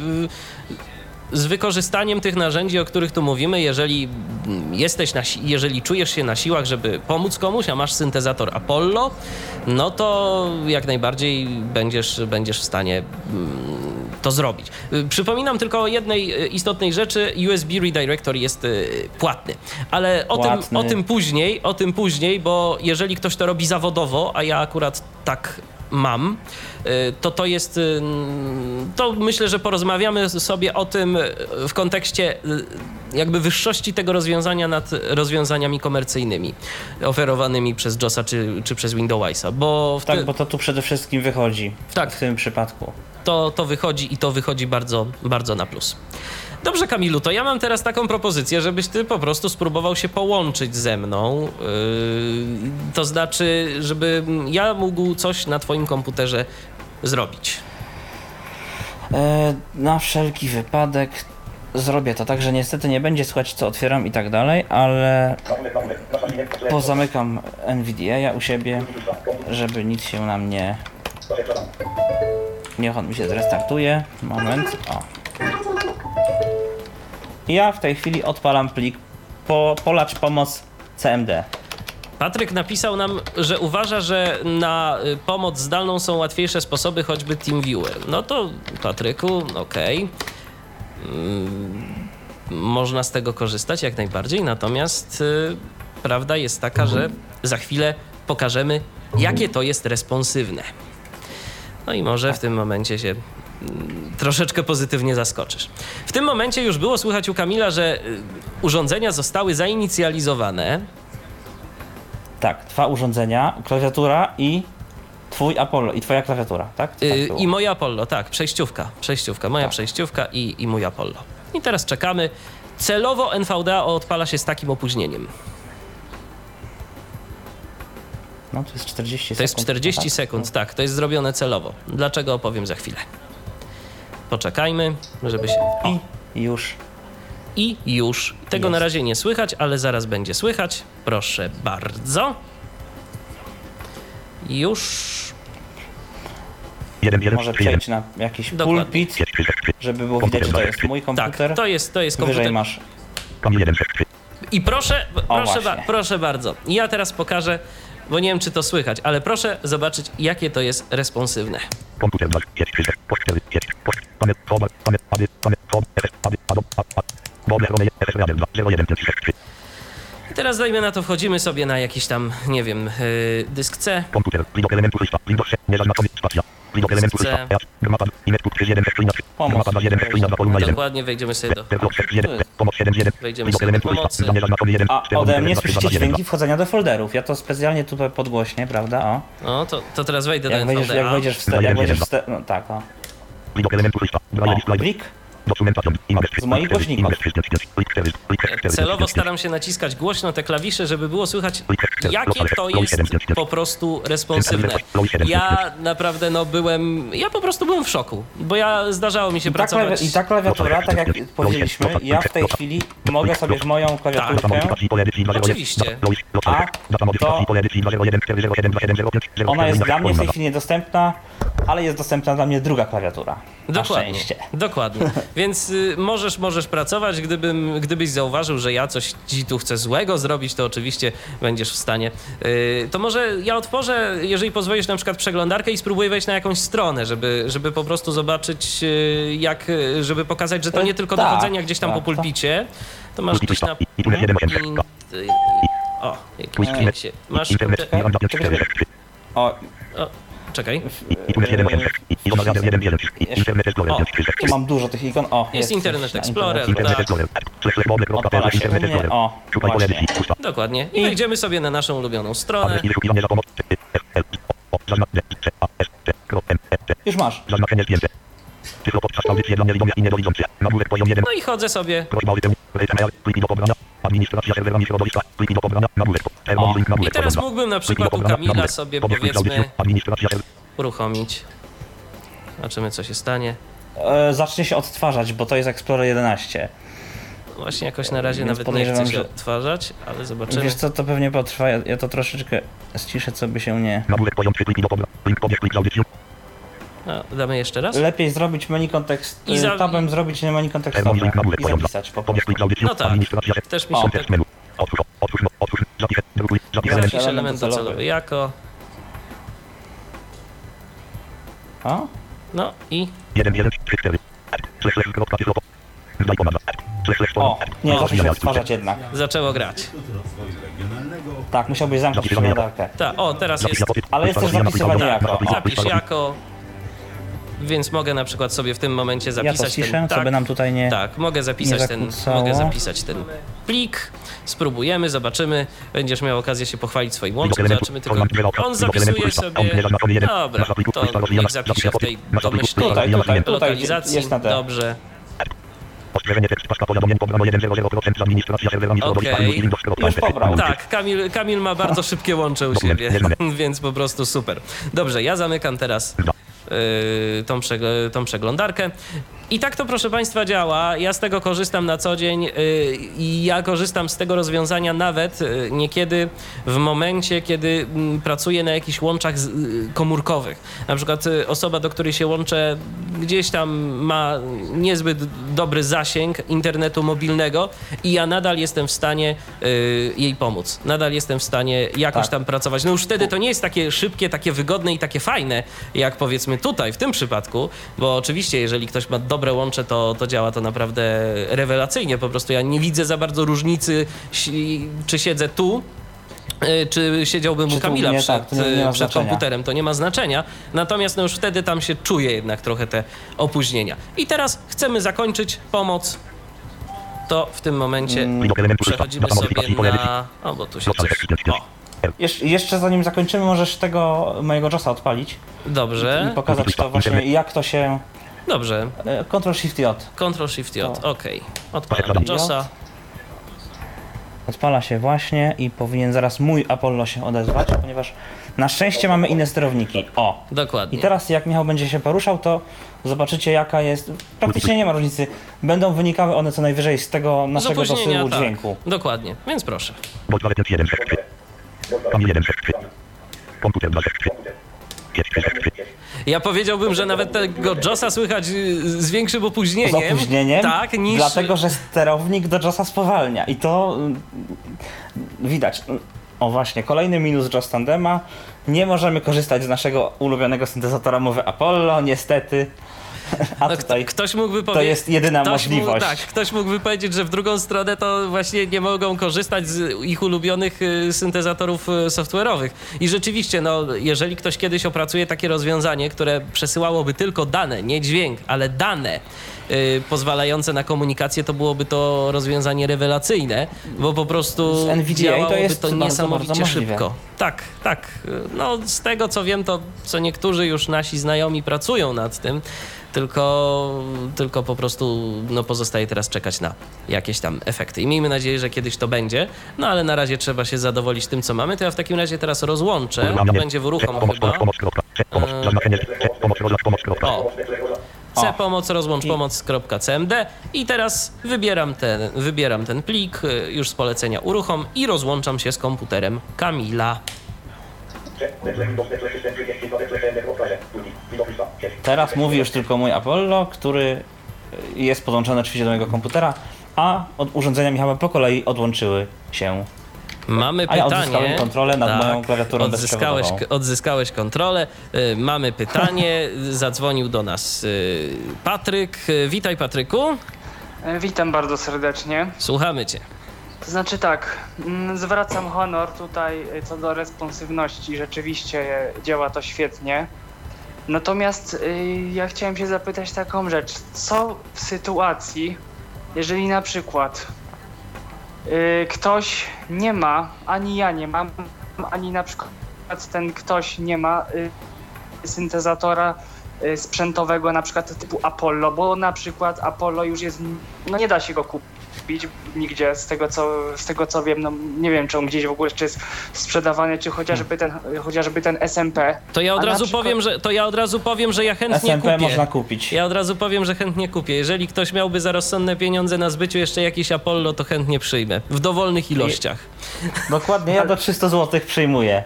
Z wykorzystaniem tych narzędzi, o których tu mówimy, jeżeli jesteś na, jeżeli czujesz się na siłach, żeby pomóc komuś, a masz syntezator Apollo, no to jak najbardziej będziesz, będziesz w stanie to zrobić. Przypominam tylko o jednej istotnej rzeczy. U S B Redirector jest płatny, ale o tym, o tym później, o tym później, bo jeżeli ktoś to robi zawodowo, a ja akurat tak mam, to to jest, to myślę, że porozmawiamy sobie o tym w kontekście jakby wyższości tego rozwiązania nad rozwiązaniami komercyjnymi oferowanymi przez JOSa czy, czy przez Windowsa, bo... W tak, ty... bo to tu przede wszystkim wychodzi tak, w tym przypadku. To, to wychodzi i to wychodzi bardzo, bardzo na plus. Dobrze, Kamilu, to ja mam teraz taką propozycję, żebyś ty po prostu spróbował się połączyć ze mną. Yy, to znaczy, żeby ja mógł coś na twoim komputerze zrobić. E, na wszelki wypadek zrobię to tak, że niestety nie będzie słychać, co otwieram i tak dalej, ale pozamykam N V D A ja u siebie, żeby nic się nam nie... Niech on mi się zrestartuje. Moment. O. Ja w tej chwili odpalam plik po, Polacz Pomoc C M D. Patryk napisał nam, że uważa, że na pomoc zdalną są łatwiejsze sposoby, choćby TeamViewer. No to, Patryku, okej. Okay. Hmm, można z tego korzystać jak najbardziej, natomiast y, prawda jest taka, że za chwilę pokażemy, jakie to jest responsywne. No i może w tym momencie się troszeczkę pozytywnie zaskoczysz. W tym momencie już było słychać u Kamila, że urządzenia zostały zainicjalizowane. Tak, dwa urządzenia, klawiatura i twój Apollo, i twoja klawiatura, tak? tak yy, I moja Apollo, tak, przejściówka, przejściówka, moja tak. przejściówka i, i mój Apollo. I teraz czekamy. Celowo N V D A odpala się z takim opóźnieniem. No to jest czterdzieści sekund. To jest czterdzieści sekund, tak, to jest zrobione celowo. Dlaczego, opowiem za chwilę. Poczekajmy, żeby się... O. I już. I już. Tego jest. Na razie nie słychać, ale zaraz będzie słychać. Proszę bardzo. Już. Może przejdź na jakiś Dokładnie. pulpit, żeby było widać, że to jest mój komputer. Tak, to jest, to jest komputer. Wyżej masz. I proszę, o, proszę, ba- proszę bardzo. Ja teraz pokażę, bo nie wiem, czy to słychać, ale proszę zobaczyć, jakie to jest responsywne. Komputer. I teraz dajmy na to, wchodzimy sobie na jakiś tam, nie wiem, yy, dysk C. Komputer. Dokładnie, wejdziemy sobie do... Wejdziemy sobie do pomocy. A ode mnie słyszycie dźwięki wchodzenia do folderów. Ja to specjalnie tutaj podgłośnię, prawda? O, o to, to teraz wejdę jak do wejdziesz, N V D A. Jak wejdziesz w ste- jak wejdziesz w ste- no tak, o. o. Plik. z moich głośników. Celowo staram się naciskać głośno te klawisze, żeby było słychać, jakie to jest po prostu responsywne. Ja naprawdę no byłem, ja po prostu byłem w szoku, bo ja zdarzało mi się I ta, pracować... klawi- I ta klawiatura, tak jak powiedzieliśmy, ja w tej chwili mogę sobie w moją klawiaturkę, Oczywiście. a to ona jest dla mnie w tej chwili niedostępna, ale jest dostępna dla mnie druga klawiatura. Na Dokładnie, szczęście. dokładnie. Więc y, możesz, możesz pracować, gdybym, gdybyś zauważył, że ja coś ci tu chcę złego zrobić, to oczywiście będziesz w stanie. Y, to może ja otworzę, jeżeli pozwolisz, na przykład przeglądarkę i spróbuję wejść na jakąś stronę, żeby, żeby po prostu zobaczyć, y, jak, y, żeby pokazać, że to nie tylko Tak, dochodzenia gdzieś tam tak, po pulpicie. To masz gdzieś na... O, jakiś klient się... Masz... O, O, czekaj. o, tu mam dużo tych ikon. O, Jest Internet na Explorer, internecie. tak. Odpala się u mnie. O, właśnie. Dokładnie. I wejdziemy sobie na naszą ulubioną stronę. Już masz. No i chodzę sobie. O, I teraz mógłbym na przykład u Kamila sobie, powiedzmy, uruchomić. Zobaczymy, co się stanie. e, zacznie się odtwarzać, bo to jest Explorer jedenaście. Właśnie jakoś na razie Więc nawet nie podejrzewam, chce się że- odtwarzać, ale zobaczymy. Wiesz co, to pewnie potrwa, ja, ja to troszeczkę ściszę, co by się nie... No, damy jeszcze raz? Lepiej zrobić menu kontekst... I za- tabem zrobić menu kontekstowe i zapisać po prostu. No tak, też mi się O. tak... Zapisz Zapisz element docelowy jako... O? No i... O, nie, O. zacznie się odtwarzać jednak. Zaczęło grać. Tak, musiałbyś zamknąć przeglądarkę. Tak, o, teraz jest... Ale jest też zapisywanie jako. O. Zapisz jako... Więc mogę na przykład sobie w tym momencie Ja to zapisać ciszę, ten... co by nam tutaj nie... Tak, mogę zapisać, nie ten, zakłócało. mogę zapisać ten plik, spróbujemy, zobaczymy, będziesz miał okazję się pochwalić swoim łączem, zobaczymy tylko, on zapisuje sobie, dobra, to niech zapisze w tej domyślnej Tutaj, tutaj, tutaj lokalizacji, jest na te. dobrze, Już pobrał. tak, Kamil, Kamil ma bardzo szybkie łącze u siebie, więc po prostu super. Dobrze, ja zamykam teraz yy, tą, przeg- tą przeglądarkę. I tak to, proszę Państwa, działa. Ja z tego korzystam na co dzień yy, i ja korzystam z tego rozwiązania nawet yy, niekiedy w momencie, kiedy yy, pracuję na jakichś łączach z, yy, komórkowych. Na przykład yy, osoba, do której się łączę, gdzieś tam ma niezbyt dobry zasięg internetu mobilnego i ja nadal jestem w stanie yy, jej pomóc. Nadal jestem w stanie jakoś Tak. tam pracować. No już wtedy to nie jest takie szybkie, takie wygodne i takie fajne, jak powiedzmy tutaj, w tym przypadku, bo oczywiście, jeżeli ktoś ma dobre łącze, to, to działa to naprawdę rewelacyjnie. Po prostu ja nie widzę za bardzo różnicy, si- czy siedzę tu, y, czy siedziałbym Czy u tu Kamila nie, przed, tak, to nie- nie ma przed znaczenia. komputerem, to nie ma znaczenia. Natomiast no już wtedy tam się czuje jednak trochę te opóźnienia. I teraz chcemy zakończyć pomoc. To w tym momencie Mm. przechodzimy sobie na... O, bo tu się coś... O, Jesz- jeszcze zanim zakończymy, możesz tego mojego JOSa odpalić dobrze, i pokazać to właśnie, jak to się... dobrze. e, Ctrl Shift J. Ctrl Shift J, O. okej. Odpalam JOSa. Odpala się właśnie i powinien zaraz mój Apollo się odezwać, ponieważ na szczęście mamy inne sterowniki. O! Dokładnie. I teraz jak Michał będzie się poruszał, to zobaczycie jaka jest... Praktycznie nie ma różnicy. Będą wynikały one co najwyżej z tego Z naszego opóźnienia, dosyłu tak. dźwięku. Dokładnie, więc proszę. Ja powiedziałbym, że nawet tego JOSa słychać y, z większym opóźnieniem. Z opóźnieniem, Tak, niż... dlatego że sterownik do JOSa spowalnia i to mm, widać. O właśnie, kolejny minus JOS Tandema. Nie możemy korzystać z naszego ulubionego syntezatora mowy Apollo, niestety. A No, tutaj ktoś mógłby to powiedzieć... jest jedyna Ktoś możliwość. Mógł, tak, ktoś mógłby powiedzieć, że w drugą stronę to właśnie nie mogą korzystać z ich ulubionych y, syntezatorów y, software'owych. I rzeczywiście, no, jeżeli ktoś kiedyś opracuje takie rozwiązanie, które przesyłałoby tylko dane, nie dźwięk, ale dane y, pozwalające na komunikację, to byłoby to rozwiązanie rewelacyjne, bo po prostu Z N V D A działałoby to jest to bardzo, niesamowicie bardzo możliwe. szybko. Tak, tak. No z tego co wiem, to co niektórzy już nasi znajomi pracują nad tym, tylko, tylko po prostu no, pozostaje teraz czekać na jakieś tam efekty. I miejmy nadzieję, że kiedyś to będzie, no ale na razie trzeba się zadowolić tym, co mamy. To ja w takim razie teraz rozłączę. To będzie w uruchom chyba. O. C pomoc rozłącz pomoc.cmd i teraz wybieram ten, wybieram ten plik już z polecenia uruchom i rozłączam się z komputerem Kamila. Teraz mówi już tylko mój Apollo, który jest podłączony oczywiście do mojego komputera, a od urządzenia Michała po kolei odłączyły się. Mamy A ja pytanie. odzyskałem kontrolę nad moją klawiaturą odzyskałeś, bezprzewodową. odzyskałeś kontrolę. Y, mamy pytanie. Zadzwonił do nas y, Patryk. Y, witaj, Patryku. E, Witam bardzo serdecznie. Słuchamy cię. To znaczy tak, mm, zwracam honor tutaj e, co do responsywności, rzeczywiście e, działa to świetnie. Natomiast e, ja chciałem się zapytać taką rzecz, co w sytuacji, jeżeli na przykład e, ktoś nie ma, ani ja nie mam, ani na przykład ten ktoś nie ma e, syntezatora e, sprzętowego, na przykład typu Apollo, bo na przykład Apollo już jest, no nie da się go kupić nigdzie, z tego co, z tego co wiem, no nie wiem czy on gdzieś w ogóle czy jest sprzedawany, czy chociażby ten, chociażby ten S M P. To ja od A na razu przykład- powiem, że to ja od razu powiem, że ja chętnie S M P kupię. można kupić. Ja od razu powiem, że chętnie kupię. Jeżeli ktoś miałby za rozsądne pieniądze na zbyciu jeszcze jakiś Apollo, to chętnie przyjmę. W dowolnych ilościach. Dokładnie, ja do trzysta złotych przyjmuję.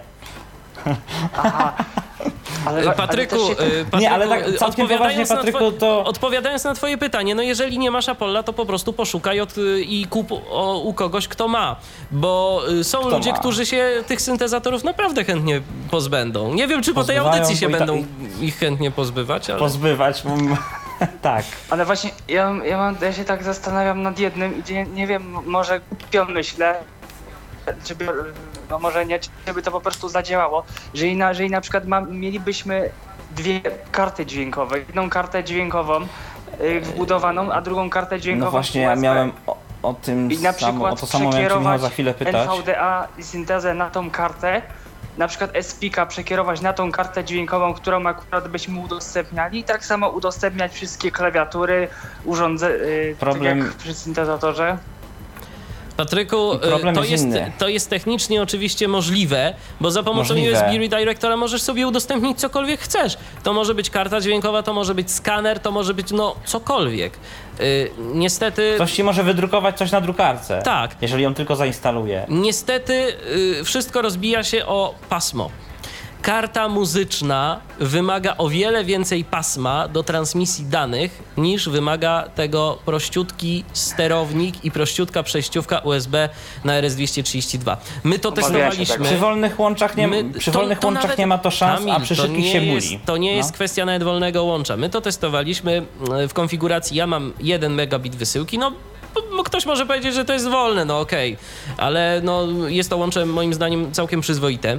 Aha. Ale, ale Patryku, też się tak- y, Patryku, Nie, ale tak y, całkiem poważnie, odpowiadając na Patryku, twoje- to- Odpowiadając na twoje pytanie, no jeżeli nie masz Apolla, to po prostu poszukaj od, y, i kup o, u kogoś, kto ma. Bo y, są Kto ludzie, ma? którzy się tych syntezatorów naprawdę chętnie pozbędą. Nie wiem, czy po tej Pozbywają, audycji się bo i będą tak- ich chętnie pozbywać, ale... Pozbywać. mm, tak. Ale właśnie ja, ja, mam, ja się tak zastanawiam nad jednym i nie, nie wiem, może głupio myślę, czy by, no może nie, czy by to po prostu zadziałało, że i na, jeżeli na przykład ma, mielibyśmy dwie karty dźwiękowe, jedną kartę dźwiękową y, wbudowaną, a drugą kartę dźwiękową No właśnie, ja U S B. miałem o, o tym I na samo, o przykład to samo miałem cię Michał przekierować za chwilę pytać. N V D A i syntezę na tą kartę, na przykład S P K przekierować na tą kartę dźwiękową, którą akurat byśmy udostępniali i tak samo udostępniać wszystkie klawiatury, urządzenia, Problem- tak jak przy syntezatorze. Patryku, Problem to jest jest, inny. to jest technicznie oczywiście możliwe, bo za pomocą Możliwe. U S B Redirectora możesz sobie udostępnić cokolwiek chcesz. To może być karta dźwiękowa, to może być skaner, to może być no cokolwiek. Yy, niestety... Ktoś ci może wydrukować coś na drukarce. Tak. Jeżeli ją tylko zainstaluje. Niestety y, wszystko rozbija się o pasmo. Karta muzyczna wymaga o wiele więcej pasma do transmisji danych niż wymaga tego prościutki sterownik i prościutka przejściówka U S B na R S dwieście trzydzieści dwa. My to Obawiam się tego. testowaliśmy. Przy wolnych łączach nie, My- przy to- wolnych to łączach nawet- nie ma to szans, Kamil, a przy to szybkich nie się jest, muli. To nie No. jest kwestia nawet wolnego łącza. My to testowaliśmy e, w konfiguracji. Ja mam jeden megabit wysyłki. No, bo ktoś może powiedzieć, że to jest wolne, no okej. Ale no, jest to łącze moim zdaniem całkiem przyzwoite.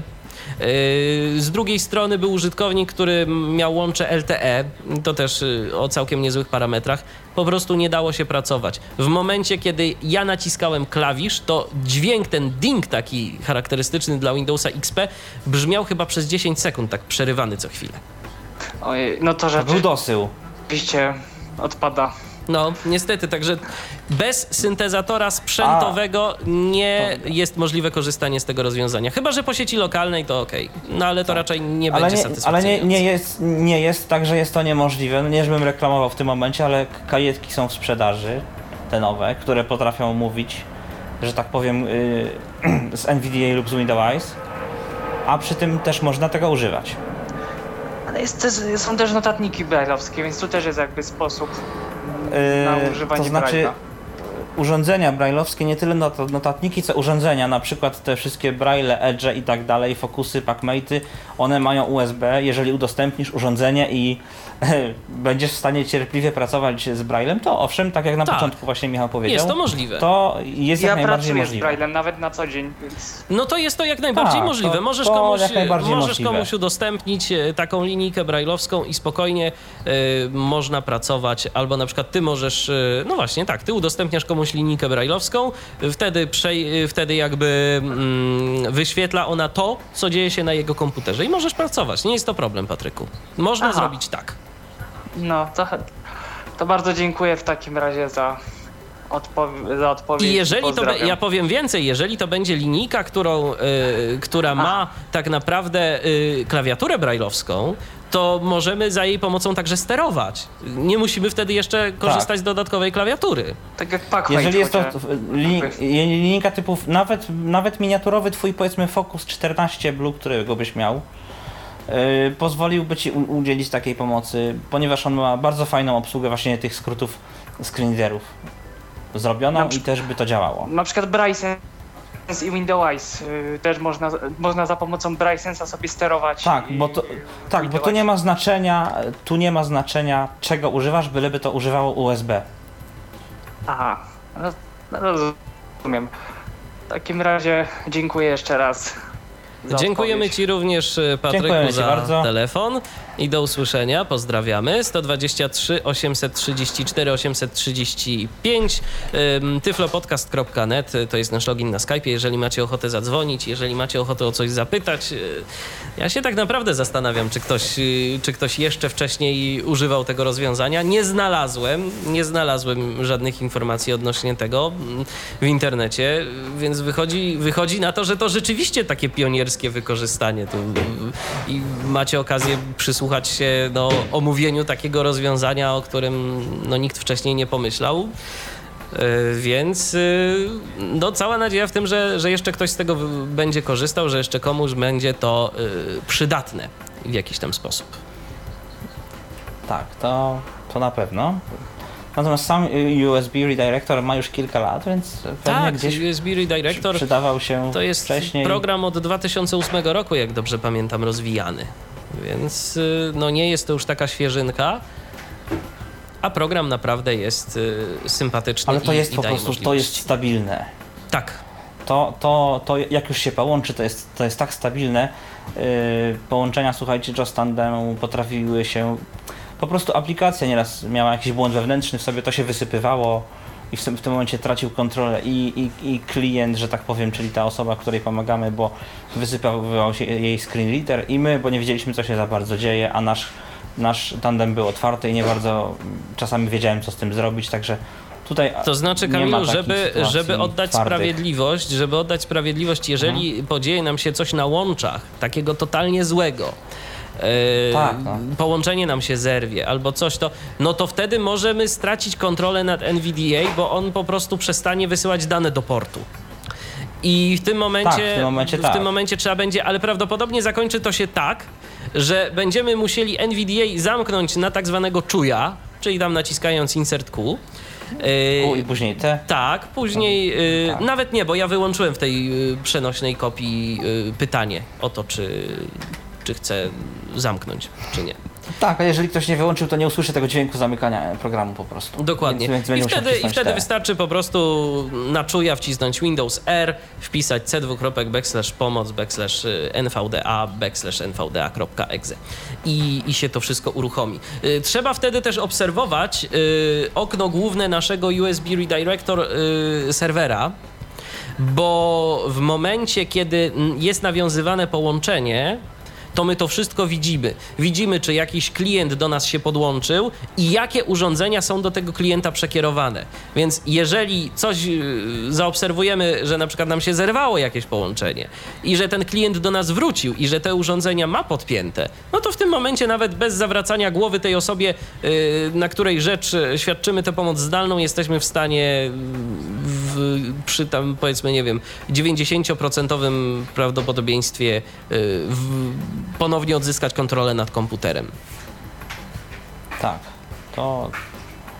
Yy, Z drugiej strony był użytkownik, który miał łącze L T E, to też yy, o całkiem niezłych parametrach. Po prostu nie dało się pracować. W momencie, kiedy ja naciskałem klawisz, to dźwięk, ten ding taki charakterystyczny dla Windowsa X P brzmiał chyba przez dziesięć sekund, tak przerywany co chwilę. Ojej, no to To był dosył. rzeczywiście odpada. No, niestety, także bez syntezatora sprzętowego nie jest możliwe korzystanie z tego rozwiązania. Chyba że po sieci lokalnej to okej, no ale to raczej nie Ale będzie nie, ale nie, satysfakcjonujące. nie, jest, nie jest tak, że jest to niemożliwe. No nie, żebym reklamował w tym momencie, ale kajetki są w sprzedaży, te nowe, które potrafią mówić, że tak powiem, yy, z N V D A lub z Windows, a przy tym też można tego używać. Ale jest też, są też notatniki brajlowskie, więc tu też jest jakby sposób na Yy, używanie to znaczy, Braille'a. urządzenia braille'owskie, nie tyle not- notatniki, co urządzenia, na przykład te wszystkie braille, edge i tak dalej, fokusy, packmate'y, one mają U S B. Jeżeli udostępnisz urządzenie i będziesz w stanie cierpliwie pracować z braillem, to owszem, tak jak na Tak. początku właśnie Michał powiedział, Jest to możliwe. to jest Ja jak najbardziej pracuję z możliwe. Braillem nawet na co dzień, więc No to jest to jak najbardziej Tak, możliwe. to- Możesz, to komuś, jak najbardziej możesz możliwe. komuś udostępnić e, taką linijkę brajlowską i spokojnie e, można pracować, albo na przykład ty możesz, e, no właśnie tak, ty udostępniasz komuś linijkę brajlowską, wtedy, przej, wtedy jakby mm, wyświetla ona to, co dzieje się na jego komputerze i możesz pracować. Nie jest to problem, Patryku. Można Aha. zrobić tak. no to, to bardzo dziękuję w takim razie za, odpow- za odpowiedź. I jeżeli to, be- Pozdrawiam. ja powiem więcej, jeżeli to będzie linijka, którą, y, która ma tak naprawdę y, klawiaturę brajlowską, to możemy za jej pomocą także sterować. Nie musimy wtedy jeszcze korzystać z dodatkowej klawiatury. Tak jak Pac-Man. Jeżeli jest to chociaż- li, linijka typów, nawet, nawet miniaturowy twój, powiedzmy, Focus czternaście Blue, którego byś miał, yy, pozwoliłby ci u, udzielić takiej pomocy, ponieważ on ma bardzo fajną obsługę właśnie tych skrótów screenreaderów zrobioną Na i przykład- też by to działało. Na przykład Braille i Windows y, też można, można za pomocą Braille Sensa sobie sterować. Tak, i, bo to, tak, bo tu nie ma znaczenia, tu nie ma znaczenia czego używasz, byleby to używało U S B. Aha, no, no rozumiem. W takim razie dziękuję jeszcze raz. za Dziękujemy odpowiedź. Ci również, e, Patryku, Dziękujemy ci za bardzo. telefon i do usłyszenia. Pozdrawiamy. sto dwadzieścia trzy osiemset trzydzieści cztery osiemset trzydzieści pięć ym, tyflopodcast kropka net to jest nasz login na Skype'ie. Jeżeli macie ochotę zadzwonić, jeżeli macie ochotę o coś zapytać, y, ja się tak naprawdę zastanawiam, czy ktoś, y, czy ktoś jeszcze wcześniej używał tego rozwiązania. Nie znalazłem, nie znalazłem żadnych informacji odnośnie tego mm, w internecie, więc wychodzi, wychodzi na to, że to rzeczywiście takie pionierskie wykorzystanie. Tu, y, I macie okazję przysłuchać się no, omówieniu takiego rozwiązania, o którym no, nikt wcześniej nie pomyślał. Yy, Więc yy, no, cała nadzieja w tym, że, że jeszcze ktoś z tego w- będzie korzystał, że jeszcze komuś będzie to yy, przydatne w jakiś tam sposób. Tak, to, to na pewno. Natomiast sam U S B Redirector ma już kilka lat, więc pewnie Tak, gdzieś U S B Redirector przydawał się to jest wcześniej. program od dwa tysiące ósmego roku, jak dobrze pamiętam, rozwijany. Więc yy, no, nie jest to już taka świeżynka, a program naprawdę jest yy, sympatyczny. Ale to i, jest i po daje prostu, to jest możliwości. stabilne. Tak. To, to, to jak już się połączy, to jest, to jest tak stabilne. Yy, połączenia, słuchajcie, Just Tandemu potrafiły się... Po prostu aplikacja nieraz miała jakiś błąd wewnętrzny w sobie, to się wysypywało i w tym, w tym momencie tracił kontrolę i, i, i klient, że tak powiem, czyli ta osoba, której pomagamy, bo wysypywał się jej screen reader i my, bo nie wiedzieliśmy, co się za bardzo dzieje, a nasz, nasz tandem był otwarty i nie bardzo czasami wiedziałem, co z tym zrobić, także tutaj To znaczy, nie ma Kamilu, takich żeby, sytuacji żeby oddać twardych. sprawiedliwość, żeby oddać sprawiedliwość, jeżeli Mhm. podzieje nam się coś na łączach, takiego totalnie złego, yy, Tak, no. połączenie nam się zerwie albo coś, to no to wtedy możemy stracić kontrolę nad N V D A, bo on po prostu przestanie wysyłać dane do portu. I w tym momencie, Tak, w tym momencie w tak. tym momencie trzeba będzie, ale prawdopodobnie zakończy to się tak, że będziemy musieli N V D A zamknąć na tak zwanego czuja, czyli tam naciskając insert Q. Yy, U i później te. tak, później yy, Tak. nawet nie, bo ja wyłączyłem w tej yy, przenośnej kopii yy, pytanie o to, czy, czy chcę zamknąć, czy nie. Tak, a jeżeli ktoś nie wyłączył, to nie usłyszy tego dźwięku zamykania programu po prostu. Dokładnie. Więc, więc będzie I musiał wtedy, i wcisnąć wtedy te. wystarczy po prostu na czuja wcisnąć Windows R, wpisać c dwukropek backslash pomoc backslash nvda backslash nvda.exe i, i się to wszystko uruchomi. Y, Trzeba wtedy też obserwować y, okno główne naszego U S B Redirector y, serwera, bo w momencie, kiedy mm, jest nawiązywane połączenie, to my to wszystko widzimy. Widzimy, czy jakiś klient do nas się podłączył i jakie urządzenia są do tego klienta przekierowane. Więc jeżeli coś yy, zaobserwujemy, że na przykład nam się zerwało jakieś połączenie i że ten klient do nas wrócił i że te urządzenia ma podpięte, no to w tym momencie nawet bez zawracania głowy tej osobie, yy, na której rzecz yy, świadczymy tę pomoc zdalną, jesteśmy w stanie w, przy tam powiedzmy, nie wiem, dziewięćdziesiąt procent prawdopodobieństwie yy, w, ponownie odzyskać kontrolę nad komputerem. Tak, to,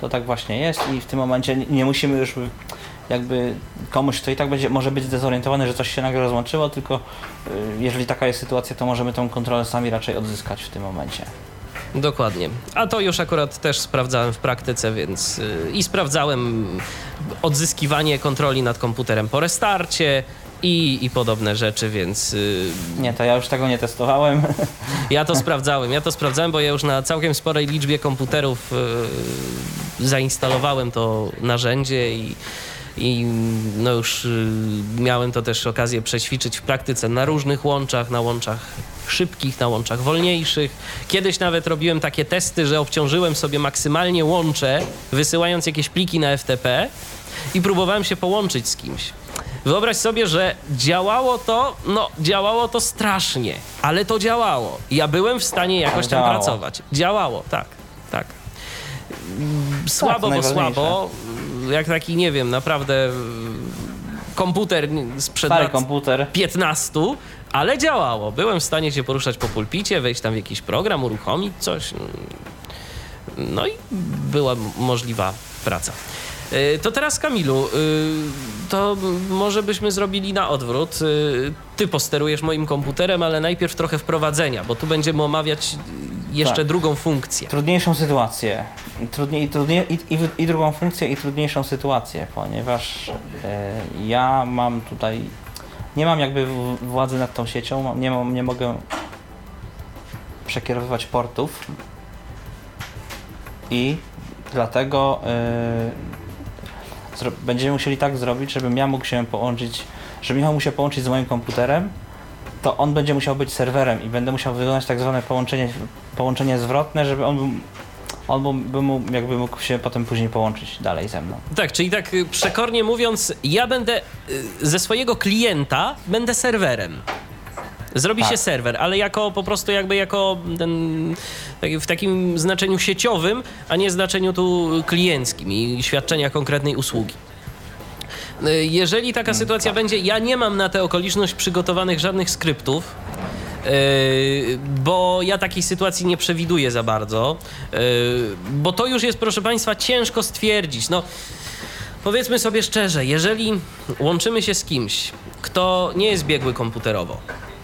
To tak właśnie jest i w tym momencie nie, nie musimy już jakby komuś, kto i tak będzie, może być zdezorientowany, że coś się nagle rozłączyło, tylko y, jeżeli taka jest sytuacja, to możemy tą kontrolę sami raczej odzyskać w tym momencie. Dokładnie. A to już akurat też sprawdzałem w praktyce, więc yy, i sprawdzałem odzyskiwanie kontroli nad komputerem po restarcie i, i podobne rzeczy, więc... Yy, Nie, to ja już tego nie testowałem. ja to sprawdzałem. Ja to sprawdzałem, bo ja już na całkiem sporej liczbie komputerów yy, zainstalowałem to narzędzie i I no już y, miałem to też okazję przećwiczyć w praktyce na różnych łączach, na łączach szybkich, na łączach wolniejszych. Kiedyś nawet robiłem takie testy, że obciążyłem sobie maksymalnie łącze, wysyłając jakieś pliki na F T P i próbowałem się połączyć z kimś. Wyobraź sobie, że działało to, no działało to strasznie, ale to działało. Ja byłem w stanie jakoś tam Działało. pracować. Działało, tak, tak. Słabo, Tak, bo to słabo. Jak taki, nie wiem, naprawdę komputer sprzed Stary lat komputer. piętnastu, ale działało. Byłem w stanie się poruszać po pulpicie, wejść tam w jakiś program, uruchomić coś. No i była możliwa praca. To teraz, Kamilu, to może byśmy zrobili na odwrót. Ty posterujesz moim komputerem, ale najpierw trochę wprowadzenia, bo tu będziemy omawiać jeszcze Tak. drugą funkcję. Trudniejszą sytuację. Trudniej, trudniej, i, i, I drugą funkcję, i trudniejszą sytuację, ponieważ e, ja mam tutaj, nie mam jakby w- władzy nad tą siecią, mam- nie, mam, nie mogę przekierowywać portów i dlatego e, zro, będziemy musieli tak zrobić, żebym ja mógł się połączyć, żebym Michał mógł się połączyć z moim komputerem, to on będzie musiał być serwerem i będę musiał wykonać tak zwane połączenie, połączenie zwrotne, żeby on był, on był, by mógł, jakby mógł się potem później połączyć dalej ze mną. Tak, czyli tak y, przekornie mówiąc, ja będę y, ze swojego klienta będę serwerem. Zrobi Tak. się serwer, ale jako po prostu jakby jako ten, tak, w takim znaczeniu sieciowym, a nie znaczeniu tu klienckim i świadczenia konkretnej usługi. Y, Jeżeli taka sytuacja będzie, ja nie mam na tę okoliczność przygotowanych żadnych skryptów, Yy, bo ja takiej sytuacji nie przewiduję za bardzo, yy, bo to już jest, proszę Państwa, ciężko stwierdzić. No, powiedzmy sobie szczerze, jeżeli łączymy się z kimś, kto nie jest biegły komputerowo,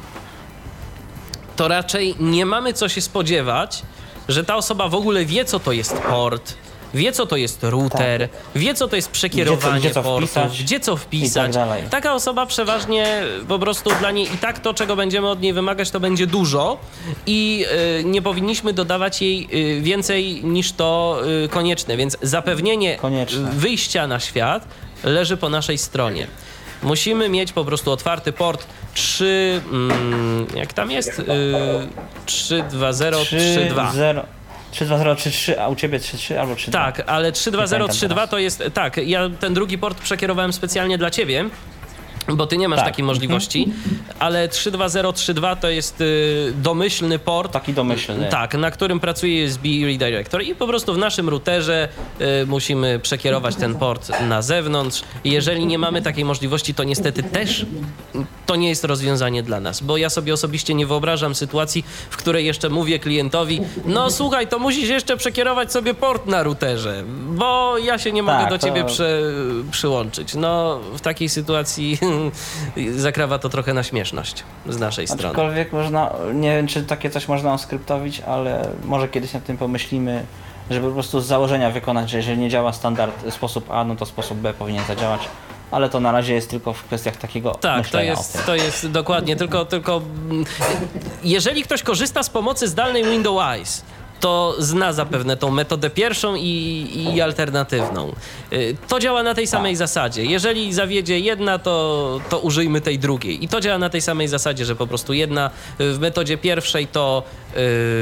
to raczej nie mamy co się spodziewać, że ta osoba w ogóle wie, co to jest port, wie, co to jest router, wie, co to jest przekierowanie Gdzie co- gdzie co portów, wpisać gdzie co i wpisać. tak dalej. Taka osoba przeważnie po prostu dla niej i tak to, czego będziemy od niej wymagać, to będzie dużo i y, nie powinniśmy dodawać jej y, więcej niż to y, konieczne, więc zapewnienie Konieczne. wyjścia na świat leży po naszej stronie. Musimy mieć po prostu otwarty port trzy, mm, jak tam jest? Y, trzy dwa zero trzy dwa. trzy dwa zero trzy trzy, a u Ciebie trzy trzy albo trzy dwa. Tak, ale trzy dwa zero trzy dwa to jest, tak, ja ten drugi port przekierowałem specjalnie dla Ciebie, bo Ty nie masz Tak. takiej możliwości, ale trzy dwa zero trzy dwa to jest y, domyślny port. Taki domyślny. Tak, na którym pracuje U S B Redirector i po prostu w naszym routerze y, musimy przekierować ten port na zewnątrz. Jeżeli nie mamy takiej możliwości, to niestety też to nie jest rozwiązanie dla nas, bo ja sobie osobiście nie wyobrażam sytuacji, w której jeszcze mówię klientowi, no słuchaj, to musisz jeszcze przekierować sobie port na routerze, bo ja się nie mogę Tak, do to- ciebie prze, przyłączyć. No w takiej sytuacji zakrawa to trochę na śmieszność z naszej strony. Aczkolwiek można, nie wiem czy takie coś można oskryptowić, ale może kiedyś nad tym pomyślimy, żeby po prostu z założenia wykonać, że jeżeli nie działa standard sposób A, no to sposób B powinien zadziałać. Ale to na razie jest tylko w kwestiach takiego Tak, to myślenia o jest, tym. to jest dokładnie, tylko, tylko mm, jeżeli ktoś korzysta z pomocy zdalnej Windows Eyes, to zna zapewne tą metodę pierwszą i, i alternatywną. Y, To działa na tej samej zasadzie. Jeżeli zawiedzie jedna, to, to użyjmy tej drugiej. I to działa na tej samej zasadzie, że po prostu jedna y, w metodzie pierwszej to yy,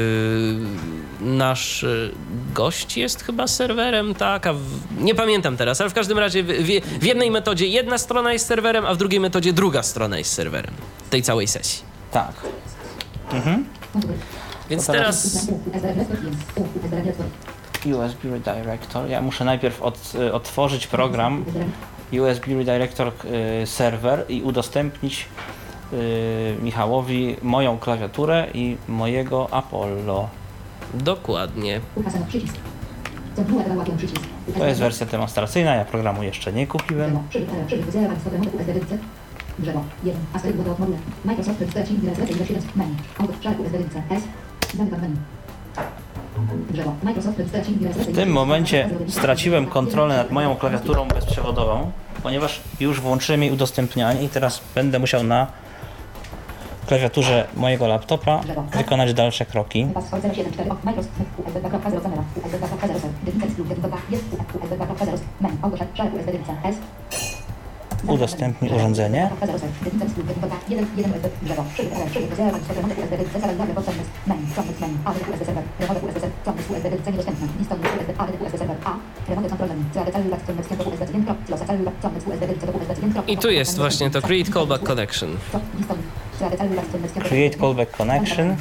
nasz y, gość jest chyba serwerem, tak? A w, nie pamiętam teraz, ale w każdym razie w, w, w jednej metodzie jedna strona jest serwerem, a w drugiej metodzie druga strona jest serwerem tej całej sesji. Tak. Mhm. Więc To teraz- teraz... U S B Redirector. Ja muszę najpierw od, y, otworzyć program U S B Redirector y, serwer i udostępnić y, Michałowi moją klawiaturę i mojego Apollo. Dokładnie. To jest wersja demonstracyjna, ja programu jeszcze nie kupiłem. Drzewo. jeden. Asteryk do module. Microsoft Stretching Direct siedem. Menu. Auto. Szarek U S B C. S. Zamykam menu. Drzewo. Microsoft Stretching Direct. W tym momencie straciłem kontrolę nad moją klawiaturą bezprzewodową, ponieważ już włączyłem jej udostępnianie i teraz będę musiał na klawiaturze mojego laptopa wykonać dalsze kroki. Udostępnij urządzenie. I tu jest właśnie to Create Callback Connection. Create Callback Connection.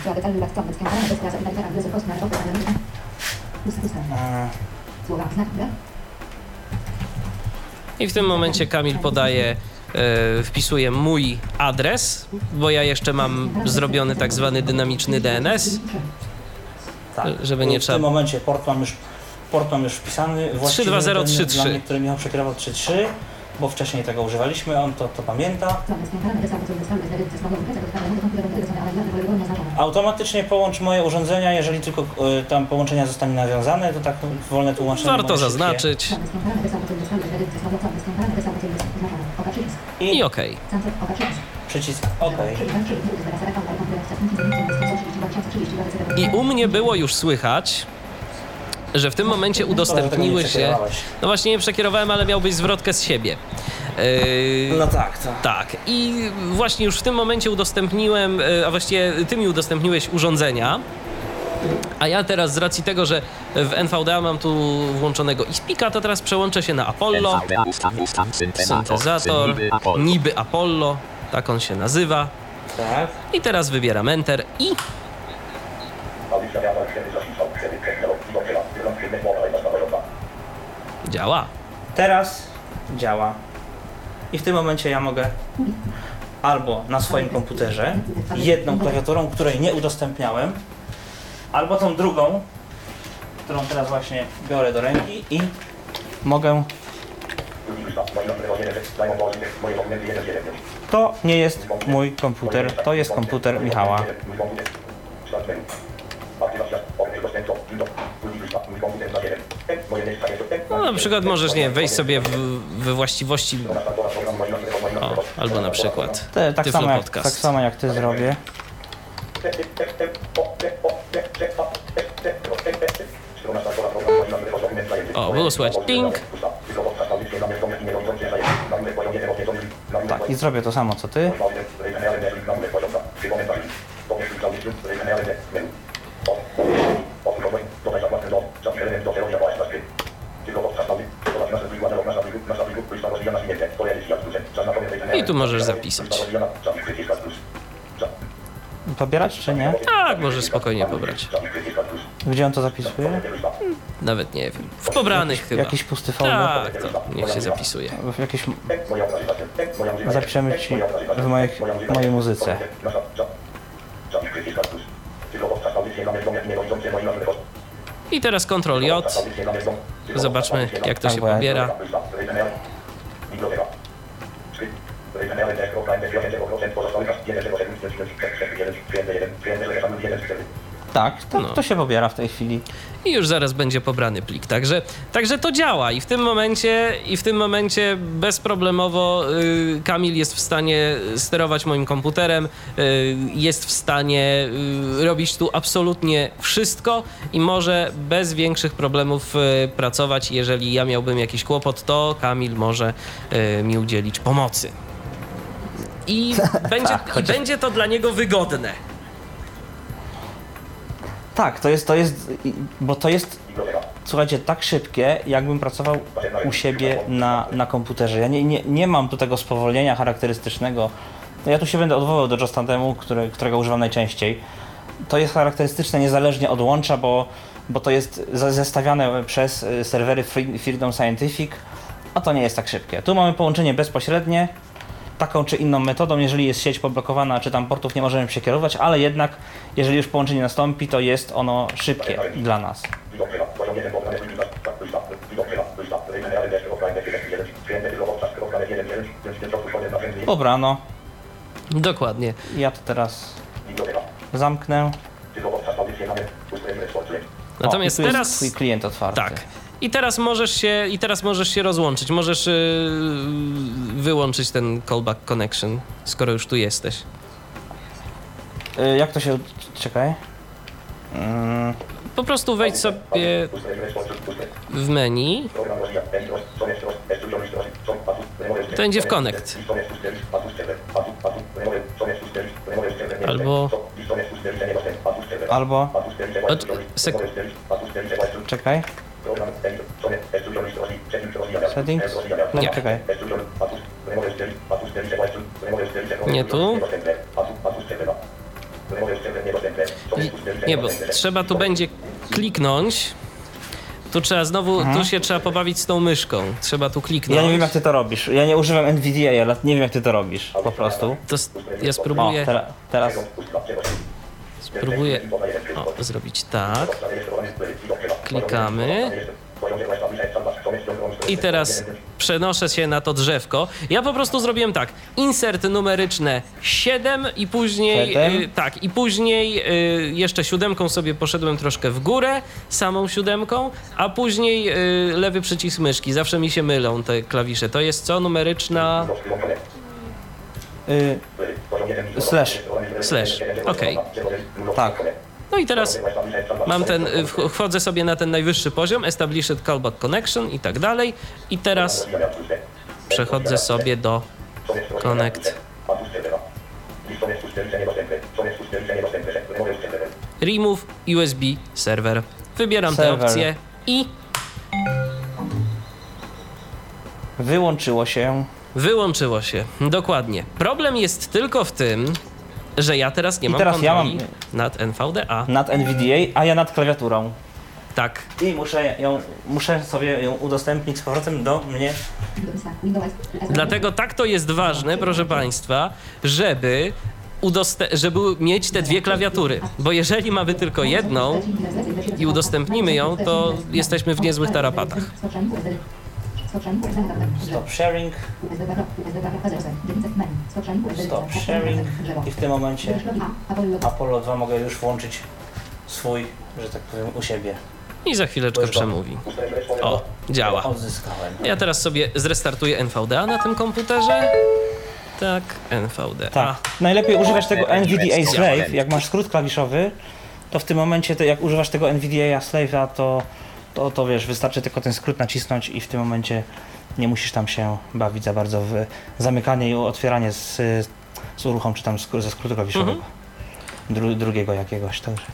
I w tym momencie Kamil podaje, e, wpisuje mój adres, bo ja jeszcze mam zrobiony tak zwany dynamiczny D N S, Tak. żeby nie w trzeba... tym momencie port mam już, port mam już wpisany. trzy dwa zero trzy Dla trzy. mnie, który Michał przekierował trzy trzy, bo wcześniej tego używaliśmy, on to, to pamięta. Automatycznie połącz moje urządzenia, jeżeli tylko y, tam połączenia zostanie nawiązane, to tak wolne tłumaczenie. Warto zaznaczyć. I OK. Przycisk OK. I u mnie było już słychać, że w tym momencie udostępniły się... No właśnie nie przekierowałem, ale miałbyś zwrotkę z siebie. Yy, No tak, tak. tak. I właśnie już w tym momencie udostępniłem, a właściwie ty mi udostępniłeś urządzenia, a ja teraz z racji tego, że w N V D A mam tu włączonego iSpeaka, to teraz przełączę się na Apollo. Syntezator, niby Apollo, tak on się nazywa. Tak. I teraz wybieram Enter i... Działa. Teraz działa. I w tym momencie ja mogę albo na swoim komputerze jedną klawiaturą, której nie udostępniałem, albo tą drugą, którą teraz właśnie biorę do ręki i mogę... To nie jest mój komputer, to jest komputer Michała. No, na przykład możesz, nie wiem, wejść sobie w, we właściwości, o, albo na przykład Te, tak, Tyflo samo jak, Podcast. tak samo jak ty zrobię. O, było słychać ping. Tak, i zrobię to samo co ty. I tu możesz zapisać. Pobierać czy nie? Tak, możesz spokojnie pobrać. Gdzie on to zapisuje? Nawet nie wiem. W pobranych chyba. Jakiś pusty folder? Tak, to niech się zapisuje. W jakiejś... Zapiszemy ci w mojej, mojej muzyce. I teraz Ctrl J. Zobaczmy, jak to się pobiera. Tak, to, No. to się pobiera w tej chwili. I już zaraz będzie pobrany plik. Także, także to działa i w tym momencie i w tym momencie bezproblemowo y, Kamil jest w stanie sterować moim komputerem, y, jest w stanie y, robić tu absolutnie wszystko i może bez większych problemów y, pracować. Jeżeli ja miałbym jakiś kłopot, to Kamil może y, mi udzielić pomocy. I, będzie, Tak, i chociaż- będzie to dla niego wygodne. Tak, to jest, to jest, bo to jest, słuchajcie, tak szybkie, jakbym pracował u siebie na, na komputerze. Ja nie, nie, nie mam tu tego spowolnienia charakterystycznego. Ja tu się będę odwoływał do Just Tandemu, który, którego używam najczęściej. To jest charakterystyczne niezależnie od łącza, bo, bo to jest zestawiane przez serwery Freedom Scientific, a to nie jest tak szybkie. Tu mamy połączenie bezpośrednie, taką czy inną metodą, jeżeli jest sieć poblokowana, czy tam portów nie możemy przekierować, ale jednak, jeżeli już połączenie nastąpi, to jest ono szybkie dla nas. Pobrano. Dokładnie. Ja to teraz zamknę. Natomiast o, i tu teraz... jest twój klient otwarty. Tak. I teraz możesz się, i teraz możesz się rozłączyć. Możesz yy, wyłączyć ten callback connection, skoro już tu jesteś. Y, jak to się... Czekaj. Mm. Po prostu wejdź sobie w menu. To będzie w Connect. Albo... Albo... Od, sek- Czekaj. Settings? No, Nie. czekaj. nie tu. Nie, bo trzeba tu będzie kliknąć. Tu trzeba znowu, Mhm. tu się trzeba pobawić z tą myszką. Trzeba tu kliknąć. Ja nie wiem jak ty to robisz. Ja nie używam N V D A, ale nie wiem jak ty to robisz. Po prostu. To s- ja O, spróbuję, tera, teraz... spróbuję o, zrobić tak. Klikamy. I teraz przenoszę się na to drzewko. Ja po prostu zrobiłem tak. Insert numeryczne siedem i później... Siedem? Y, tak, i później y, jeszcze siódemką sobie poszedłem troszkę w górę, samą siódemką, a później y, lewy przycisk myszki. Zawsze mi się mylą te klawisze. To jest co? Numeryczna... Y, slash. Slash. Okej. Tak. No i teraz mam ten, y, wch- wchodzę sobie na ten najwyższy poziom, Established Callback Connection i tak dalej. I teraz przechodzę sobie do Connect. Remove U S B Server. Wybieram tę Server. opcję i Wyłączyło się. wyłączyło się. Dokładnie. Problem jest tylko w tym, że ja teraz nie I mam teraz ja kontroli mam- nad N V D A. Nad N V D A, a ja nad klawiaturą. Tak. I muszę ją, muszę sobie ją udostępnić z powrotem do mnie. Windows. Dlatego tak to jest ważne, proszę Państwa, żeby, udoste- żeby mieć te dwie klawiatury. Bo jeżeli mamy tylko jedną i udostępnimy ją, to jesteśmy w niezłych tarapatach. Stop sharing. Stop sharing. I w tym momencie Apollo dwa mogę już włączyć swój, że tak powiem, u siebie. I za chwileczkę przemówi. O, działa. Odzyskałem. Ja teraz sobie zrestartuję N V D A na tym komputerze. Tak, N V D A. Tak. Najlepiej używać tego N V D A Slave. Jak masz skrót klawiszowy, to w tym momencie, te, jak używasz tego N V D A Slave'a, to, to, to wiesz, wystarczy tylko ten skrót nacisnąć i w tym momencie nie musisz tam się bawić za bardzo w zamykanie i otwieranie z, z uruchom, czy tam z, ze skrótu klawiszowego. Mhm. Dru, drugiego jakiegoś. Także.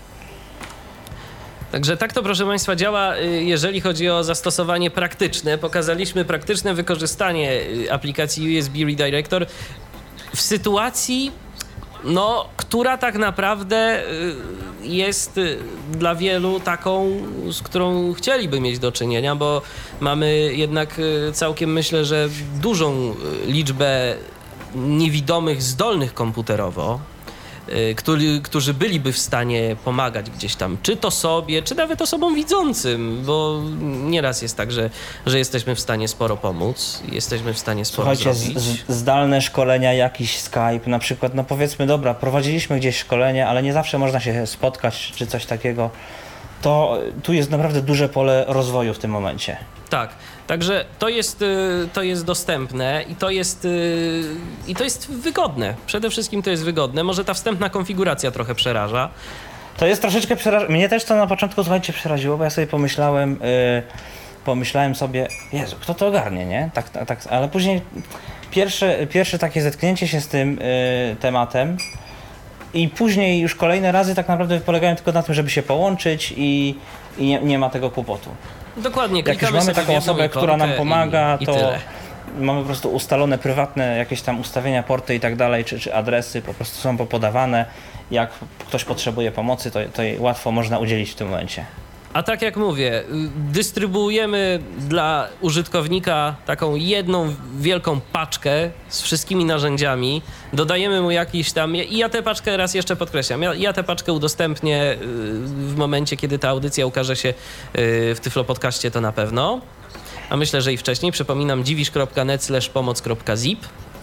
Także tak to, proszę Państwa, działa, y, jeżeli chodzi o zastosowanie praktyczne. Pokazaliśmy praktyczne wykorzystanie y, aplikacji U S B Redirector w sytuacji, no, która tak naprawdę y, jest y, dla wielu taką, z którą chcieliby mieć do czynienia, bo mamy jednak y, całkiem, myślę, że dużą y, liczbę niewidomych, zdolnych komputerowo, y, który, którzy byliby w stanie pomagać gdzieś tam, czy to sobie, czy nawet osobom widzącym, bo nieraz jest tak, że, że jesteśmy w stanie sporo pomóc, jesteśmy w stanie sporo Słuchajcie, z, zrobić. z, zdalne szkolenia, jakiś Skype, na przykład, no powiedzmy, dobra, prowadziliśmy gdzieś szkolenie, ale nie zawsze można się spotkać, czy coś takiego, to tu jest naprawdę duże pole rozwoju w tym momencie. Tak, także to jest, y, to jest dostępne i to jest, y, i to jest wygodne. Przede wszystkim to jest wygodne. Może ta wstępna konfiguracja trochę przeraża. To jest troszeczkę przerażające. Mnie też to na początku, słuchajcie, przeraziło, bo ja sobie pomyślałem, yy, pomyślałem sobie, Jezu, kto to ogarnie, nie? Tak, tak, tak. Ale później pierwsze, pierwsze takie zetknięcie się z tym yy, tematem i później już kolejne razy tak naprawdę polegają tylko na tym, żeby się połączyć i, i nie, nie ma tego kłopotu. Dokładnie, Jak już klikamy mamy sobie taką w jedną osobę, która nam ikonkę pomaga, i, i to tyle. mamy po prostu ustalone prywatne jakieś tam ustawienia, porty i tak dalej, czy, czy adresy po prostu są podawane. Jak ktoś potrzebuje pomocy, to, to jej łatwo można udzielić w tym momencie. A tak jak mówię, y, dystrybuujemy dla użytkownika taką jedną wielką paczkę z wszystkimi narzędziami, dodajemy mu jakiś tam, i ja tę paczkę raz jeszcze podkreślam, ja, ja tę paczkę udostępnię y, w momencie, kiedy ta audycja ukaże się y, w Tyflo Podcaście, to na pewno, a myślę, że i wcześniej. Przypominam, dziwisz kropka net slash pomoc kropka zip.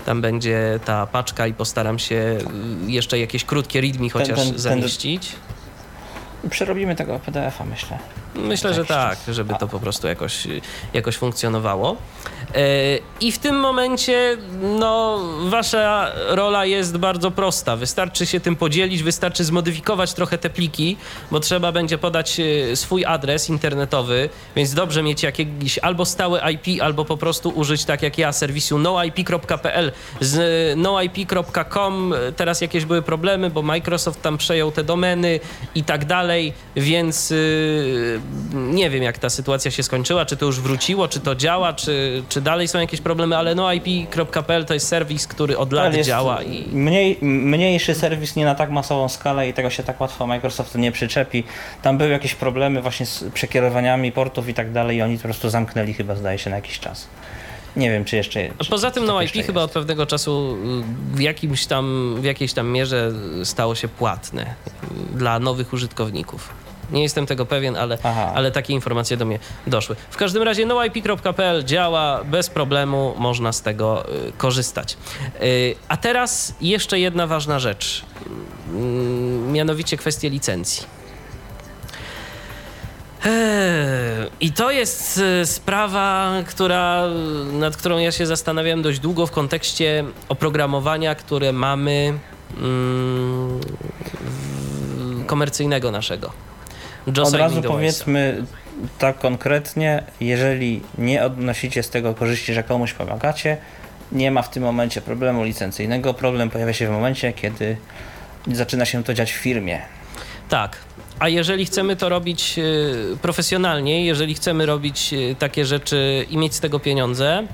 tam będzie ta paczka i postaram się jeszcze jakieś krótkie readme chociaż ten, ten, zamieścić. Przerobimy tego P D F a, myślę. Myślę, że tak, żeby to po prostu jakoś, jakoś funkcjonowało. I w tym momencie no, wasza rola jest bardzo prosta. Wystarczy się tym podzielić, wystarczy zmodyfikować trochę te pliki, bo trzeba będzie podać swój adres internetowy, więc dobrze mieć jakiś albo stały I P, albo po prostu użyć, tak jak ja, serwisu no I P kropka p l. Z no I P kropka com teraz jakieś były problemy, bo Microsoft tam przejął te domeny i tak dalej, więc nie wiem, jak ta sytuacja się skończyła, czy to już wróciło, czy to działa, czy, czy dalej są jakieś problemy, ale no I P kropka p l to jest serwis, który od lat działa. I... Mniej, mniejszy serwis, nie na tak masową skalę i tego się tak łatwo Microsoft nie przyczepi. Tam były jakieś problemy właśnie z przekierowaniami portów i tak dalej i oni po prostu zamknęli chyba, zdaje się, na jakiś czas. Nie wiem, czy jeszcze... Czy, Poza tym czy no tak I P chyba jest. od pewnego czasu w, jakimś tam, w jakiejś tam mierze stało się płatne dla nowych użytkowników. Nie jestem tego pewien, ale, ale takie informacje do mnie doszły. W każdym razie no I P kropka p l działa bez problemu, można z tego y, korzystać. Y, a teraz jeszcze jedna ważna rzecz, y, mianowicie kwestia licencji. I to jest sprawa, która, nad którą ja się zastanawiałem dość długo w kontekście oprogramowania, które mamy mm, komercyjnego naszego. Od razu powiedzmy tak konkretnie, jeżeli nie odnosicie z tego korzyści, że komuś pomagacie, nie ma w tym momencie problemu licencyjnego. Problem pojawia się w momencie, kiedy zaczyna się to dziać w firmie. Tak. A jeżeli chcemy to robić y, profesjonalnie, jeżeli chcemy robić y, takie rzeczy i mieć z tego pieniądze,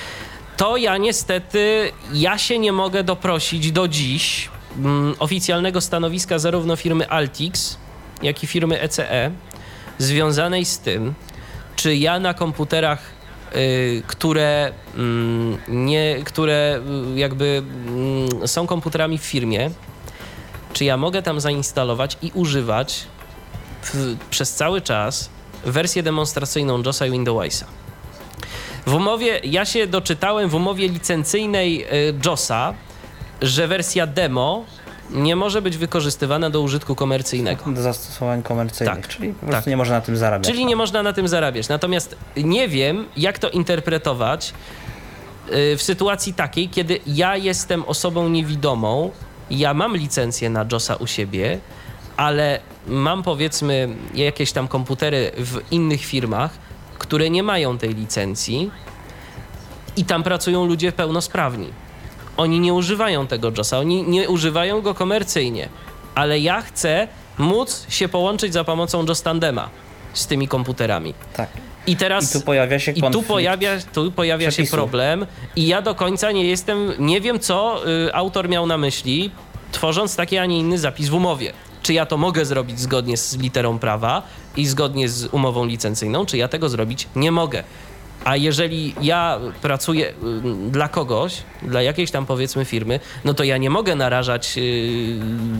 to ja niestety, ja się nie mogę doprosić do dziś mm, oficjalnego stanowiska zarówno firmy Altix, jak i firmy E C E, związanej z tym, czy ja na komputerach, y, które, mm, nie, które y, jakby y, są komputerami w firmie, czy ja mogę tam zainstalować i używać w, przez cały czas wersję demonstracyjną JOSa i Windowsa. W umowie, ja się doczytałem w umowie licencyjnej y, JOSa, że wersja demo nie może być wykorzystywana do użytku komercyjnego. Do zastosowań komercyjnych, tak, czyli po prostu tak. nie można na tym zarabiać. Czyli nie można na tym zarabiać. Natomiast nie wiem, jak to interpretować y, w sytuacji takiej, kiedy ja jestem osobą niewidomą, ja mam licencję na JOSa u siebie, ale mam powiedzmy jakieś tam komputery w innych firmach, które nie mają tej licencji i tam pracują ludzie pełnosprawni. Oni nie używają tego JOSa, oni nie używają go komercyjnie, ale ja chcę móc się połączyć za pomocą JOS Tandema z tymi komputerami. Tak. I teraz I tu pojawia się konflikt. I tu pojawia, tu pojawia się problem i ja do końca nie jestem, nie wiem co y, autor miał na myśli, tworząc taki, a nie inny zapis w umowie. Czy ja to mogę zrobić zgodnie z literą prawa i zgodnie z umową licencyjną, czy ja tego zrobić nie mogę. A jeżeli ja pracuję y, dla kogoś, dla jakiejś tam powiedzmy firmy, no to ja nie mogę narażać y,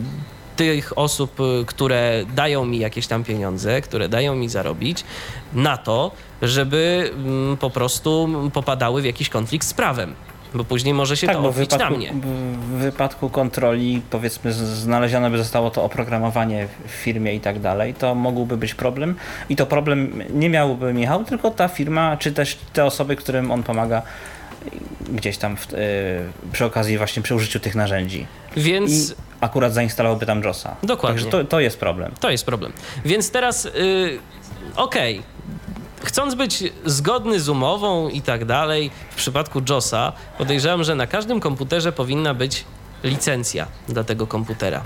tych osób, które dają mi jakieś tam pieniądze, które dają mi zarobić, na to, żeby mm, po prostu popadały w jakiś konflikt z prawem. Bo później może się tak, to bo odbić w wypadku, na mnie. W wypadku kontroli, powiedzmy, znalezione by zostało to oprogramowanie w firmie i tak dalej, to mógłby być problem. I to problem nie miałby Michał, tylko ta firma, czy też te osoby, którym on pomaga gdzieś tam w, yy, przy okazji właśnie przy użyciu tych narzędzi. Więc... I akurat zainstalowałby tam JOSa. Dokładnie. Także to, to jest problem. To jest problem. Więc teraz, yy, okej, okay. Chcąc być zgodny z umową i tak dalej, w przypadku JOSa podejrzewam, że na każdym komputerze powinna być licencja dla tego komputera.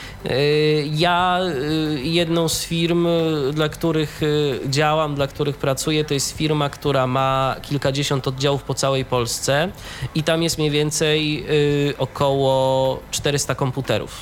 Ja jedną z firm, dla których działam, dla których pracuję, to jest firma, która ma kilkadziesiąt oddziałów po całej Polsce i tam jest mniej więcej około czterysta komputerów.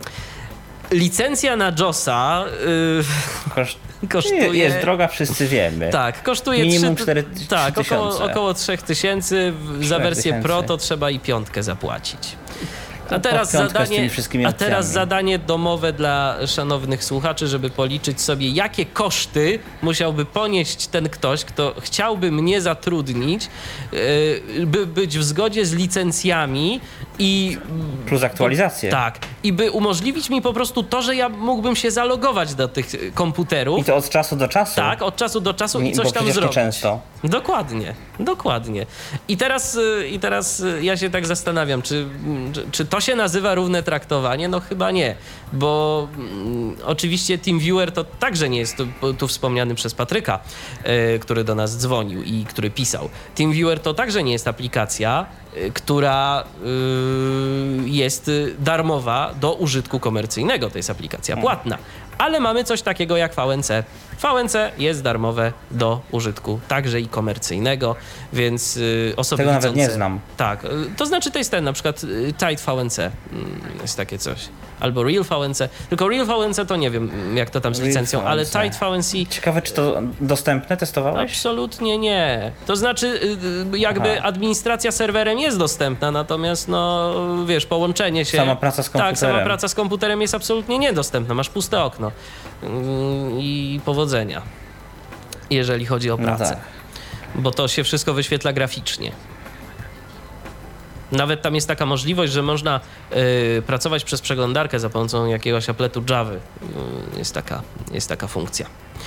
Licencja na JOSa Koszt... kosztuje... Jest droga, wszyscy wiemy. Tak, kosztuje minimum trzy, cztery tak, około, tysiące. około trzy tysiące. Za wersję tysięcy. Pro to trzeba i piątkę zapłacić. A teraz, Pod piątkę z zadanie, tymi wszystkimi a teraz opcjami. zadanie domowe dla szanownych słuchaczy, żeby policzyć sobie, jakie koszty musiałby ponieść ten ktoś, kto chciałby mnie zatrudnić, yy, by być w zgodzie z licencjami i... Plus aktualizacje. Tak. I by umożliwić mi po prostu to, że ja mógłbym się zalogować do tych komputerów. I to od czasu do czasu. Tak, od czasu do czasu Nie- i coś bo tam przecież zrobić. nieczęsto. Dokładnie, dokładnie. I teraz, y, I teraz y, ja się tak zastanawiam, czy, czy, czy to się nazywa równe traktowanie? No chyba nie, bo mm, oczywiście TeamViewer to także nie jest tu, tu wspomniany przez Patryka, y, który do nas dzwonił i który pisał. TeamViewer to także nie jest aplikacja, y, która y, jest y, darmowa do użytku komercyjnego. To jest aplikacja płatna. Ale mamy coś takiego jak V N C. V N C jest darmowe do użytku także i komercyjnego, więc y, osoby Tego nawet widzące... nie znam. Tak, y, to znaczy to jest ten, na przykład y, Tide V N C, mm, jest takie coś. Albo Real V N C, tylko Real V N C to nie wiem jak to tam z Real licencją, ale V N C. Tide V N C Ciekawe, czy to dostępne testowałeś? absolutnie nie. To znaczy y, y, jakby Aha. administracja serwerem jest dostępna, natomiast no wiesz, połączenie się... Sama praca z komputerem. Tak, sama praca z komputerem jest absolutnie niedostępna, masz puste okno y, i powodzenia, jeżeli chodzi o No pracę. tak. Bo to się wszystko wyświetla graficznie. Nawet tam jest taka możliwość, że można y, pracować przez przeglądarkę za pomocą jakiegoś apletu Java. Y, jest, taka, jest taka funkcja.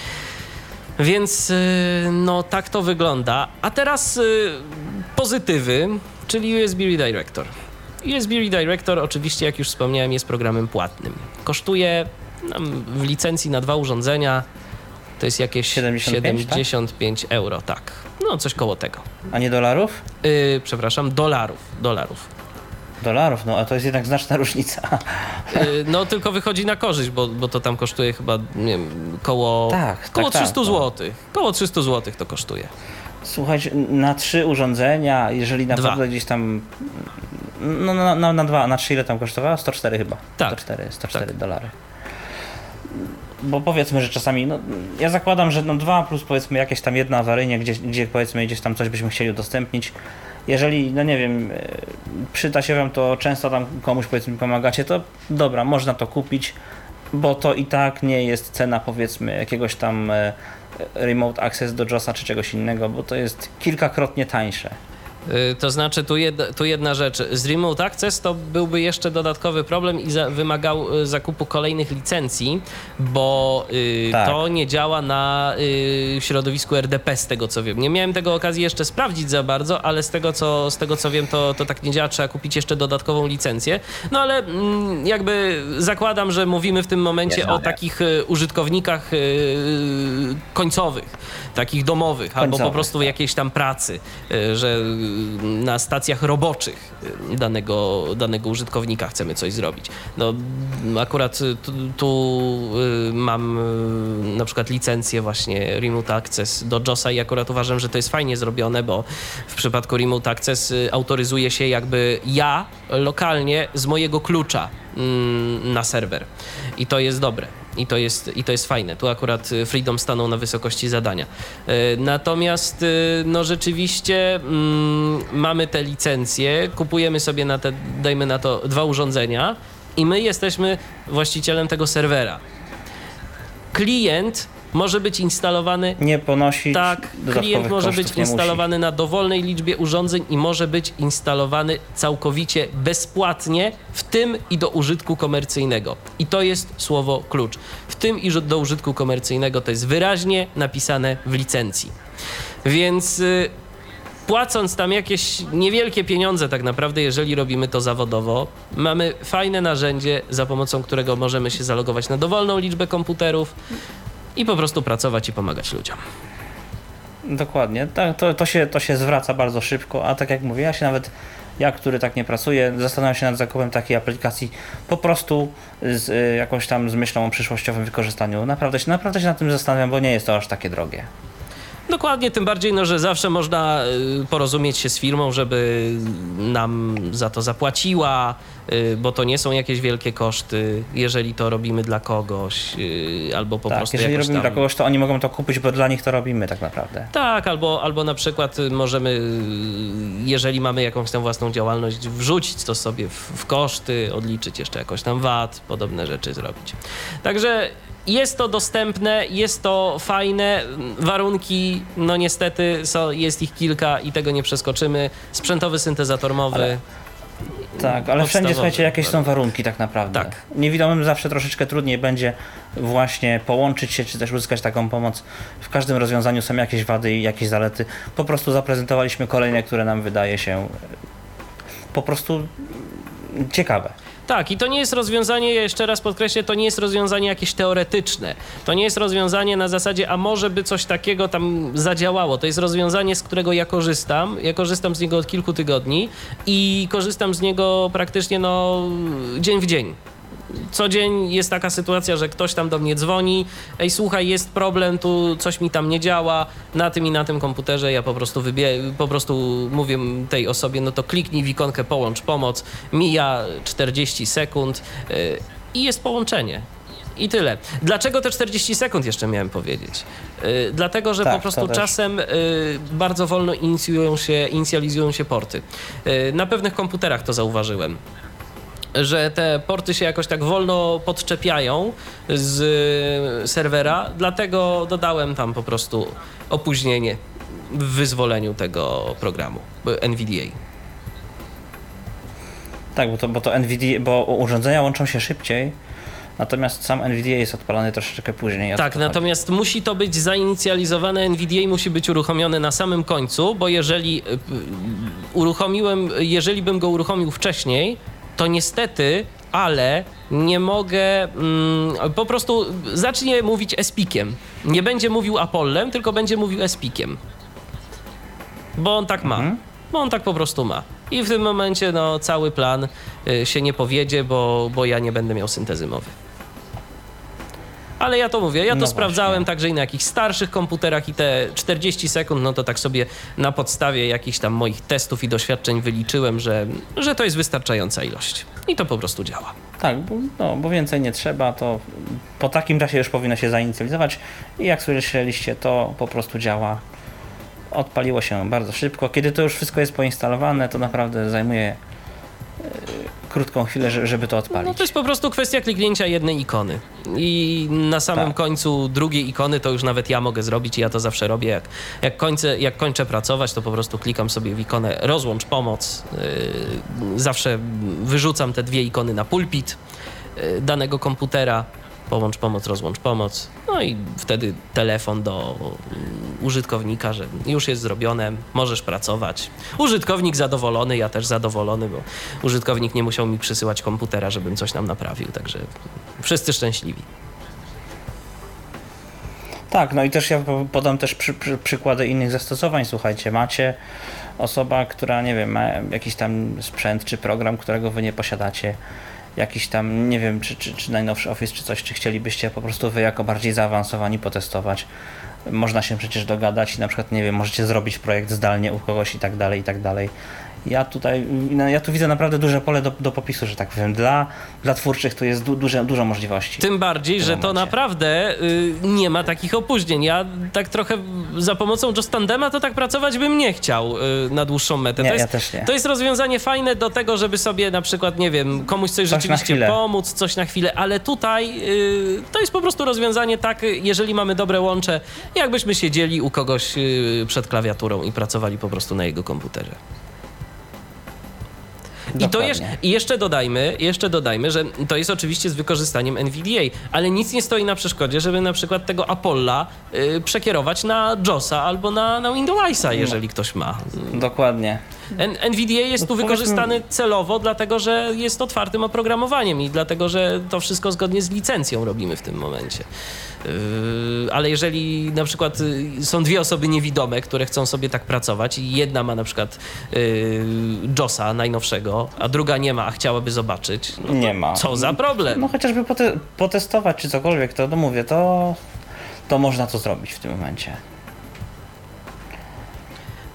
Więc y, no tak to wygląda. A teraz y, pozytywy, czyli U S B Redirector. U S B Redirector oczywiście, jak już wspomniałem, jest programem płatnym. Kosztuje nam w licencji na dwa urządzenia to jest jakieś siedemdziesiąt pięć, siedemdziesiąt pięć euro, tak. No coś koło tego. A nie dolarów? Yy, przepraszam, dolarów, dolarów. Dolarów, no a to jest jednak znaczna różnica. Yy, no tylko wychodzi na korzyść, bo, bo to tam kosztuje chyba, nie wiem, koło, Tak, koło tak, trzysta tak, no. złotych. Koło trzysta złotych to kosztuje. Słuchajcie, na trzy urządzenia, jeżeli naprawdę Dwa. gdzieś tam... No na, na, na dwa, na trzy ile tam kosztowało? sto cztery chyba. Tak. sto cztery, sto cztery Tak. dolary. Bo powiedzmy, że czasami, no, ja zakładam, że no dwa plus powiedzmy jakieś tam jedna awaryjnie, gdzie, gdzie powiedzmy gdzieś tam coś byśmy chcieli udostępnić. Jeżeli, no nie wiem, e, przyda się wam to, często tam komuś powiedzmy pomagacie, to dobra, można to kupić, bo to i tak nie jest cena powiedzmy jakiegoś tam e, remote access do JOSa czy czegoś innego, bo to jest kilkakrotnie tańsze. Yy, to znaczy tu, jed, tu jedna rzecz. Z Remote Access to byłby jeszcze dodatkowy problem i za, wymagał y, zakupu kolejnych licencji, bo y, Tak. to nie działa na y, środowisku R D P z tego co wiem. Nie miałem tego okazji jeszcze sprawdzić za bardzo, ale z tego co, z tego, co wiem to, to tak nie działa, trzeba kupić jeszcze dodatkową licencję. No ale mm, jakby zakładam, że mówimy w tym momencie Jest o dobre. takich y, użytkownikach y, końcowych, takich domowych, albo po Końcowych, prostu tak. jakiejś tam pracy, y, że na stacjach roboczych danego, danego użytkownika chcemy coś zrobić. No akurat tu, tu y, mam y, na przykład licencję właśnie Remote Access do JOSa i akurat uważam, że to jest fajnie zrobione, bo w przypadku Remote Access y, autoryzuje się jakby ja lokalnie z mojego klucza y, na serwer. I to jest dobre. I to, jest, I to jest fajne. Tu akurat Freedom stanął na wysokości zadania. Natomiast no rzeczywiście mm, mamy te licencje, kupujemy sobie na te, dajmy na to, dwa urządzenia i my jesteśmy właścicielem tego serwera. Klient może być instalowany Nie ponosić tak, dodatkowych klient może kosztów, być nie instalowany na dowolnej liczbie urządzeń i może być instalowany całkowicie bezpłatnie, w tym i do użytku komercyjnego. I to jest słowo klucz. W tym i do użytku komercyjnego to jest wyraźnie napisane w licencji. Więc y, płacąc tam jakieś niewielkie pieniądze tak naprawdę, jeżeli robimy to zawodowo, mamy fajne narzędzie, za pomocą którego możemy się zalogować na dowolną liczbę komputerów i po prostu pracować i pomagać ludziom. Dokładnie, tak, to, to, się, to się zwraca bardzo szybko, a tak jak mówię, ja się nawet, ja, który tak nie pracuję, zastanawiam się nad zakupem takiej aplikacji po prostu z y, jakąś tam z myślą o przyszłościowym wykorzystaniu. Naprawdę się, naprawdę się nad tym zastanawiam, bo nie jest to aż takie drogie. Dokładnie, tym bardziej, no, że zawsze można y, porozumieć się z firmą, żeby nam za to zapłaciła, y, bo to nie są jakieś wielkie koszty, jeżeli to robimy dla kogoś, y, albo po tak, prostu jeżeli jakoś robimy tam... dla kogoś, to oni mogą to kupić, bo dla nich to robimy tak naprawdę. Tak, albo, albo na przykład możemy, jeżeli mamy jakąś tam własną działalność, wrzucić to sobie w, w koszty, odliczyć jeszcze jakoś tam V A T, podobne rzeczy zrobić. Także jest to dostępne, jest to fajne, warunki, no niestety są, jest ich kilka i tego nie przeskoczymy. Sprzętowy syntezator mowy. Ale... Tak, ale wszędzie, słuchajcie, jakieś są warunki tak naprawdę. Tak. Niewidomym zawsze troszeczkę trudniej będzie właśnie połączyć się, czy też uzyskać taką pomoc. W każdym rozwiązaniu są jakieś wady i jakieś zalety. Po prostu zaprezentowaliśmy kolejne, które nam wydaje się po prostu ciekawe. Tak, i to nie jest rozwiązanie, jeszcze raz podkreślę, to nie jest rozwiązanie jakieś teoretyczne. To nie jest rozwiązanie na zasadzie, a może by coś takiego tam zadziałało. To jest rozwiązanie, z którego ja korzystam. Ja korzystam z niego od kilku tygodni i korzystam z niego praktycznie no dzień w dzień. Co dzień jest taka sytuacja, że ktoś tam do mnie dzwoni, ej słuchaj, jest problem, tu coś mi tam nie działa, na tym i na tym komputerze, ja po prostu wybie- po prostu mówię tej osobie, no to kliknij w ikonkę połącz pomoc, mija czterdzieści sekund yy, i jest połączenie. I tyle. Dlaczego te czterdzieści sekund jeszcze miałem powiedzieć? Yy, dlatego, że tak, po prostu czasem yy, bardzo wolno inicjują się, inicjalizują się porty. Yy, na pewnych komputerach to zauważyłem, że te porty się jakoś tak wolno podczepiają z serwera, dlatego dodałem tam po prostu opóźnienie w wyzwoleniu tego programu N V D A. Tak, bo to, bo to N V D A, bo urządzenia łączą się szybciej, natomiast sam N V D A jest odpalany troszeczkę później. Tak, natomiast chodzi. Musi to być zainicjalizowane, N V D A musi być uruchomione na samym końcu, bo jeżeli uruchomiłem, jeżeli bym go uruchomił wcześniej, to niestety, ale nie mogę, mm, po prostu zacznie mówić espikiem. Nie będzie mówił Apollem, tylko będzie mówił espikiem. Bo on tak ma. Mhm. Bo on tak po prostu ma. I w tym momencie no, cały plan y, się nie powiedzie, bo, bo ja nie będę miał syntezy mowy. Ale ja to mówię, ja to no sprawdzałem właśnie. Także i na jakichś starszych komputerach i te czterdzieści sekund, no to tak sobie na podstawie jakichś tam moich testów i doświadczeń wyliczyłem, że, że to jest wystarczająca ilość. I to po prostu działa. Tak, bo, no, bo więcej nie trzeba, to po takim czasie już powinno się zainicjalizować i jak słyszeliście, to po prostu działa. Odpaliło się bardzo szybko. Kiedy to już wszystko jest poinstalowane, to naprawdę zajmuje krótką chwilę, żeby to odpalić. No to jest po prostu kwestia kliknięcia jednej ikony i na samym tak. końcu drugiej ikony to już nawet ja mogę zrobić i ja to zawsze robię. Jak, jak, kończę, jak kończę pracować, to po prostu klikam sobie w ikonę rozłącz pomoc. Yy, zawsze wyrzucam te dwie ikony na pulpit yy, danego komputera. Połącz pomoc, rozłącz pomoc. No i wtedy telefon do użytkownika, że już jest zrobione, możesz pracować. Użytkownik zadowolony, ja też zadowolony, bo użytkownik nie musiał mi przysyłać komputera, żebym coś nam naprawił, także wszyscy szczęśliwi. Tak, no i też ja podam też przy, przy, przykłady innych zastosowań. Słuchajcie, macie osoba, która, nie wiem, ma jakiś tam sprzęt czy program, którego wy nie posiadacie, jakiś tam, nie wiem, czy, czy, czy najnowszy Office, czy coś, czy chcielibyście po prostu wy jako bardziej zaawansowani potestować. Można się przecież dogadać i na przykład, nie wiem, możecie zrobić projekt zdalnie u kogoś i tak dalej, i tak dalej. Ja tutaj, no, ja tu widzę naprawdę duże pole do, do popisu, że tak powiem. Dla, dla twórczych tu jest du, duże, dużo możliwości. Tym bardziej, że momencie. To naprawdę y, nie ma takich opóźnień. Ja tak trochę za pomocą Just Tandema to tak pracować bym nie chciał y, na dłuższą metę. Nie, to jest, ja też nie. To jest rozwiązanie fajne do tego, żeby sobie na przykład, nie wiem, komuś coś, coś rzeczywiście pomóc, coś na chwilę, ale tutaj y, to jest po prostu rozwiązanie tak, jeżeli mamy dobre łącze, jakbyśmy siedzieli u kogoś y, przed klawiaturą i pracowali po prostu na jego komputerze. I, to jeż, I jeszcze dodajmy, jeszcze dodajmy, że to jest oczywiście z wykorzystaniem N V D A, ale nic nie stoi na przeszkodzie, żeby na przykład tego Apolla y, przekierować na JOSa albo na, na Windowsa, jeżeli no. ktoś ma. Dokładnie. N- N V D A jest no, tu wykorzystany celowo, dlatego że jest otwartym oprogramowaniem i dlatego, że to wszystko zgodnie z licencją robimy w tym momencie. Yy, ale jeżeli na przykład yy, są dwie osoby niewidome, które chcą sobie tak pracować i jedna ma na przykład yy, JOSa najnowszego, a druga nie ma, a chciałaby zobaczyć, no nie ma. Co za problem? No chociażby pote- potestować czy cokolwiek, to no mówię, to, to można to zrobić w tym momencie.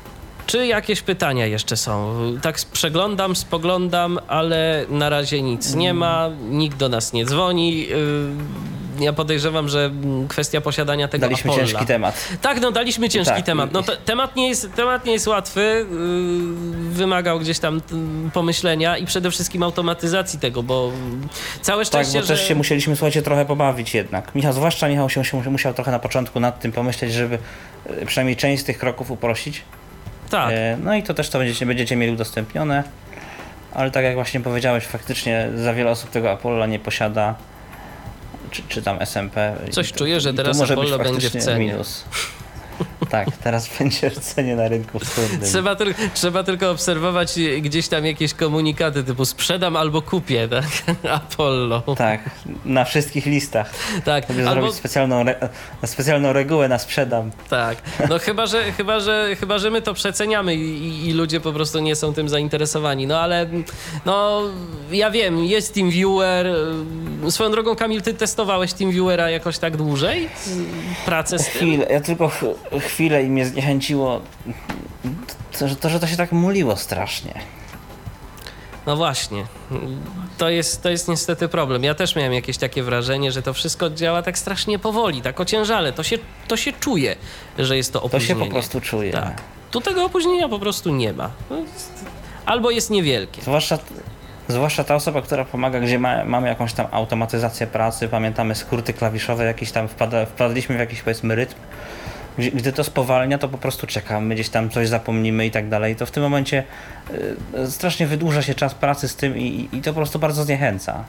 Czy jakieś pytania jeszcze są? Tak przeglądam, spoglądam, ale na razie nic nie ma, nikt do nas nie dzwoni. Ja podejrzewam, że kwestia posiadania tego Daliśmy Apolla. ciężki temat. Tak, no daliśmy ciężki Tak. temat. No, te, temat, nie jest, temat nie jest łatwy, yy, wymagał gdzieś tam yy, pomyślenia i przede wszystkim automatyzacji tego, bo całe Tak, szczęście, bo też że... się musieliśmy, słuchajcie, trochę pobawić jednak. Michał, zwłaszcza Michał się, się musiał trochę na początku nad tym pomyśleć, żeby e, przynajmniej część z tych kroków uprościć. Tak. E, no i to też to będziecie, będziecie mieli udostępnione. Ale tak jak właśnie powiedziałeś, faktycznie za wiele osób tego Apolla nie posiada. Czy, czy tam S M P. Coś I to, czuję, że i teraz to może Apollo być będzie w faktycznie cenie. minus. Tak, teraz będzie w cenie na rynku wtórnym. Trzeba, tyl- trzeba tylko obserwować gdzieś tam jakieś komunikaty typu sprzedam albo kupię, tak? Apollo. Tak, na wszystkich listach. Tak. Żeby Albo, zrobić specjalną, re- specjalną regułę na sprzedam. tak. No chyba, że, chyba, że, chyba, że my to przeceniamy i, i, i ludzie po prostu nie są tym zainteresowani. No ale no ja wiem, jest TeamViewer. Swoją drogą, Kamil, ty testowałeś TeamViewera jakoś tak dłużej? Pracę z tym? Chwilę, ja tylko ch- chwilę i mnie zniechęciło to, że to, że to się tak muliło strasznie. No właśnie, to jest, to jest niestety problem. Ja też miałem jakieś takie wrażenie, że to wszystko działa tak strasznie powoli, tak ociężale. To się, to się czuje, że jest to To się opóźnienie. po prostu czuje. Tak. Tu tego opóźnienia po prostu nie ma. No jest- Albo jest niewielkie. Zwłaszcza, zwłaszcza ta osoba, która pomaga, gdzie ma, mamy jakąś tam automatyzację pracy, pamiętamy skróty klawiszowe, jakieś tam wpada, wpadliśmy w jakiś, powiedzmy, rytm. Gdy, gdy to spowalnia, to po prostu czekamy, gdzieś tam coś zapomnimy i tak dalej. To w tym momencie y, strasznie wydłuża się czas pracy z tym i, i to po prostu bardzo zniechęca.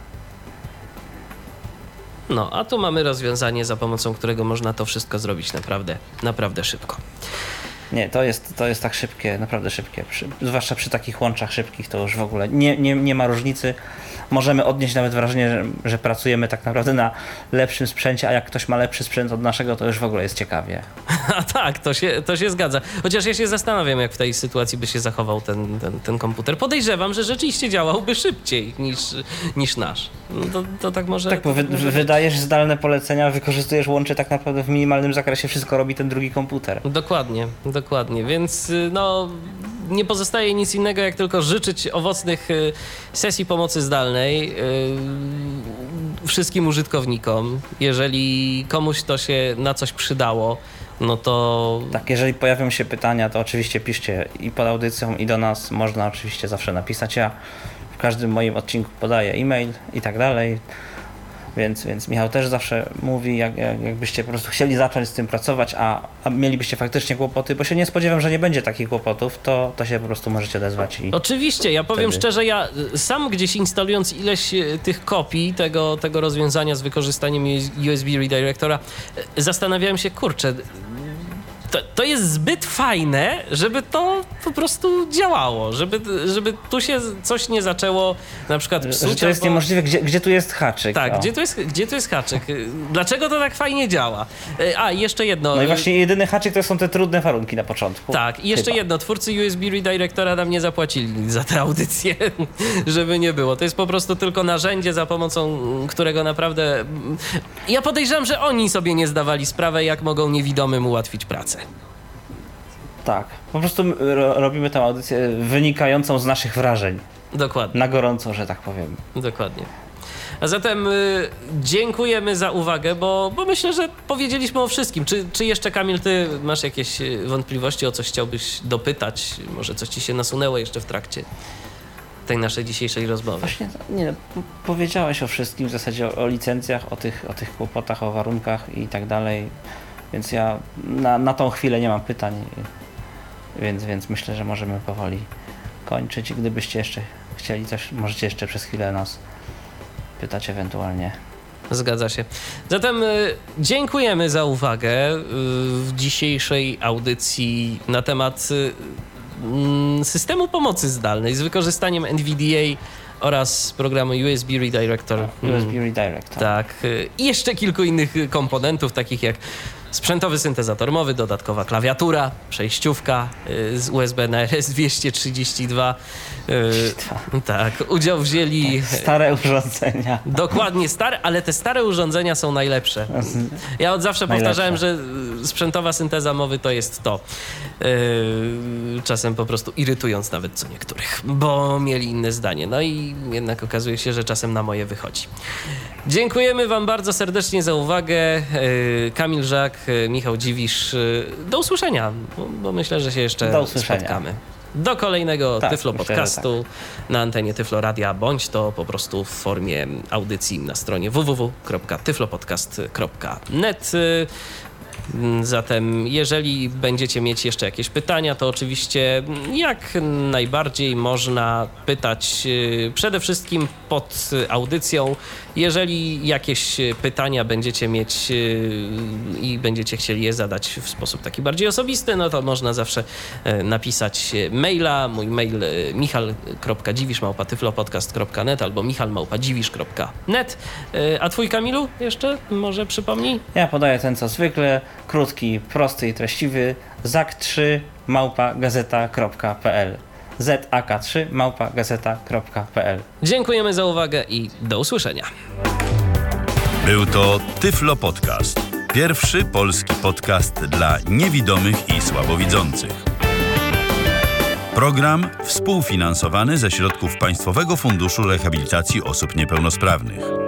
No, a tu mamy rozwiązanie, za pomocą którego można to wszystko zrobić naprawdę, naprawdę szybko. Nie, to jest, to jest tak szybkie, naprawdę szybkie. Przy, zwłaszcza przy takich łączach szybkich to już w ogóle nie, nie, nie ma różnicy. Możemy odnieść nawet wrażenie, że, że pracujemy tak naprawdę na lepszym sprzęcie, a jak ktoś ma lepszy sprzęt od naszego, to już w ogóle jest ciekawie. A tak, to się, to się zgadza. Chociaż ja się zastanawiam, jak w tej sytuacji by się zachował ten, ten, ten komputer. Podejrzewam, że rzeczywiście działałby szybciej niż, niż nasz. No to, to tak może... Tak, bo wy, może wydajesz zdalne polecenia, wykorzystujesz łącze tak naprawdę w minimalnym zakresie, wszystko robi ten drugi komputer. Dokładnie, dokładnie. Więc y, no, nie pozostaje nic innego, jak tylko życzyć owocnych y, sesji pomocy zdalnej y, wszystkim użytkownikom. Jeżeli komuś to się na coś przydało, no to Tak, jeżeli pojawią się pytania, to oczywiście piszcie i pod audycją, i do nas. Można oczywiście zawsze napisać. Ja w każdym moim odcinku podaję e-mail i tak dalej. Więc, więc Michał też zawsze mówi, jak, jak, jakbyście po prostu chcieli zacząć z tym pracować, a, a mielibyście faktycznie kłopoty, bo się nie spodziewam, że nie będzie takich kłopotów, to, to się po prostu możecie odezwać. I oczywiście, ja powiem Wtedy. szczerze, ja y, sam gdzieś instalując ileś y, tych kopii tego, tego rozwiązania z wykorzystaniem U S B Redirectora, y, zastanawiałem się, kurczę, to, to jest zbyt fajne, żeby to po prostu działało, żeby, żeby tu się coś nie zaczęło na przykład psuć. że to jest albo- niemożliwe, gdzie, gdzie tu jest haczyk. Tak, o. gdzie tu, jest, gdzie tu jest haczyk? Y, Dlaczego to tak fajnie działa? Y, A, i jeszcze jedno. No i y, właśnie jedyny haczyk to są te trudne warunki na początku. Tak, i jeszcze Chyba. jedno, twórcy U S B Redirectora nam nie zapłacili za tę audycję, żeby nie było. To jest po prostu tylko narzędzie, za pomocą którego naprawdę... Ja podejrzewam, że oni sobie nie zdawali sprawy, jak mogą niewidomym ułatwić pracę. Tak, po prostu ro, robimy tę audycję wynikającą z naszych wrażeń. Dokładnie, Na gorąco, że tak powiem. dokładnie. A zatem y, dziękujemy za uwagę, bo, bo myślę, że powiedzieliśmy o wszystkim. Czy, czy jeszcze, Kamil, ty masz jakieś y, wątpliwości, o coś chciałbyś dopytać? Może coś ci się nasunęło jeszcze w trakcie tej naszej dzisiejszej rozmowy? Właśnie, nie, po- powiedziałeś o wszystkim, w zasadzie o, o licencjach, o tych, o tych kłopotach, o warunkach i tak dalej, więc ja na, na tą chwilę nie mam pytań, więc, więc myślę, że możemy powoli kończyć. Gdybyście jeszcze chcieli coś, możecie jeszcze przez chwilę nas pytać ewentualnie. Zgadza się. Zatem y, dziękujemy za uwagę y, w dzisiejszej audycji na temat y, mm, systemu pomocy zdalnej z wykorzystaniem N V D A oraz programu U S B Redirector. U S B Redirector. Tak. y, I jeszcze kilku innych y, komponentów, takich jak sprzętowy syntezator mowy, dodatkowa klawiatura, przejściówka y, z U S B na R S dwieście trzydzieści dwa. Y, tak, udział wzięli... Stare urządzenia. Dokładnie stare, ale te stare urządzenia są najlepsze. Ja od zawsze Najlepsze. powtarzałem, że sprzętowa synteza mowy to jest to. Yy, czasem po prostu irytując nawet co niektórych, bo mieli inne zdanie. No i jednak okazuje się, że czasem na moje wychodzi. Dziękujemy wam bardzo serdecznie za uwagę. Yy, Kamil Żak, yy, Michał Dziwisz. Yy, do usłyszenia, bo, bo myślę, że się jeszcze Do usłyszenia. spotkamy. Do kolejnego Tak, Tyflo myślę, że Podcastu na antenie Tyflo Radia, bądź to po prostu w formie audycji na stronie w w w kropka tyflopodcast kropka net. Zatem jeżeli będziecie mieć jeszcze jakieś pytania, to oczywiście jak najbardziej można pytać yy, przede wszystkim pod audycją. Jeżeli jakieś pytania będziecie mieć yy, i będziecie chcieli je zadać w sposób taki bardziej osobisty, no to można zawsze yy, napisać maila. Mój mail yy, michal kropka dziwisz małpa tyflopodcast kropka net albo michal małpa dziwisz kropka net. Yy, a twój, Kamilu, jeszcze może przypomnij? Ja podaję ten co zwykle, krótki, prosty i treściwy, zak trzy małpa gazeta kropka p l zak trzy małpa gazeta kropka p l. Dziękujemy za uwagę i do usłyszenia. Był to Tyflo Podcast. Pierwszy polski podcast dla niewidomych i słabowidzących. Program współfinansowany ze środków Państwowego Funduszu Rehabilitacji Osób Niepełnosprawnych.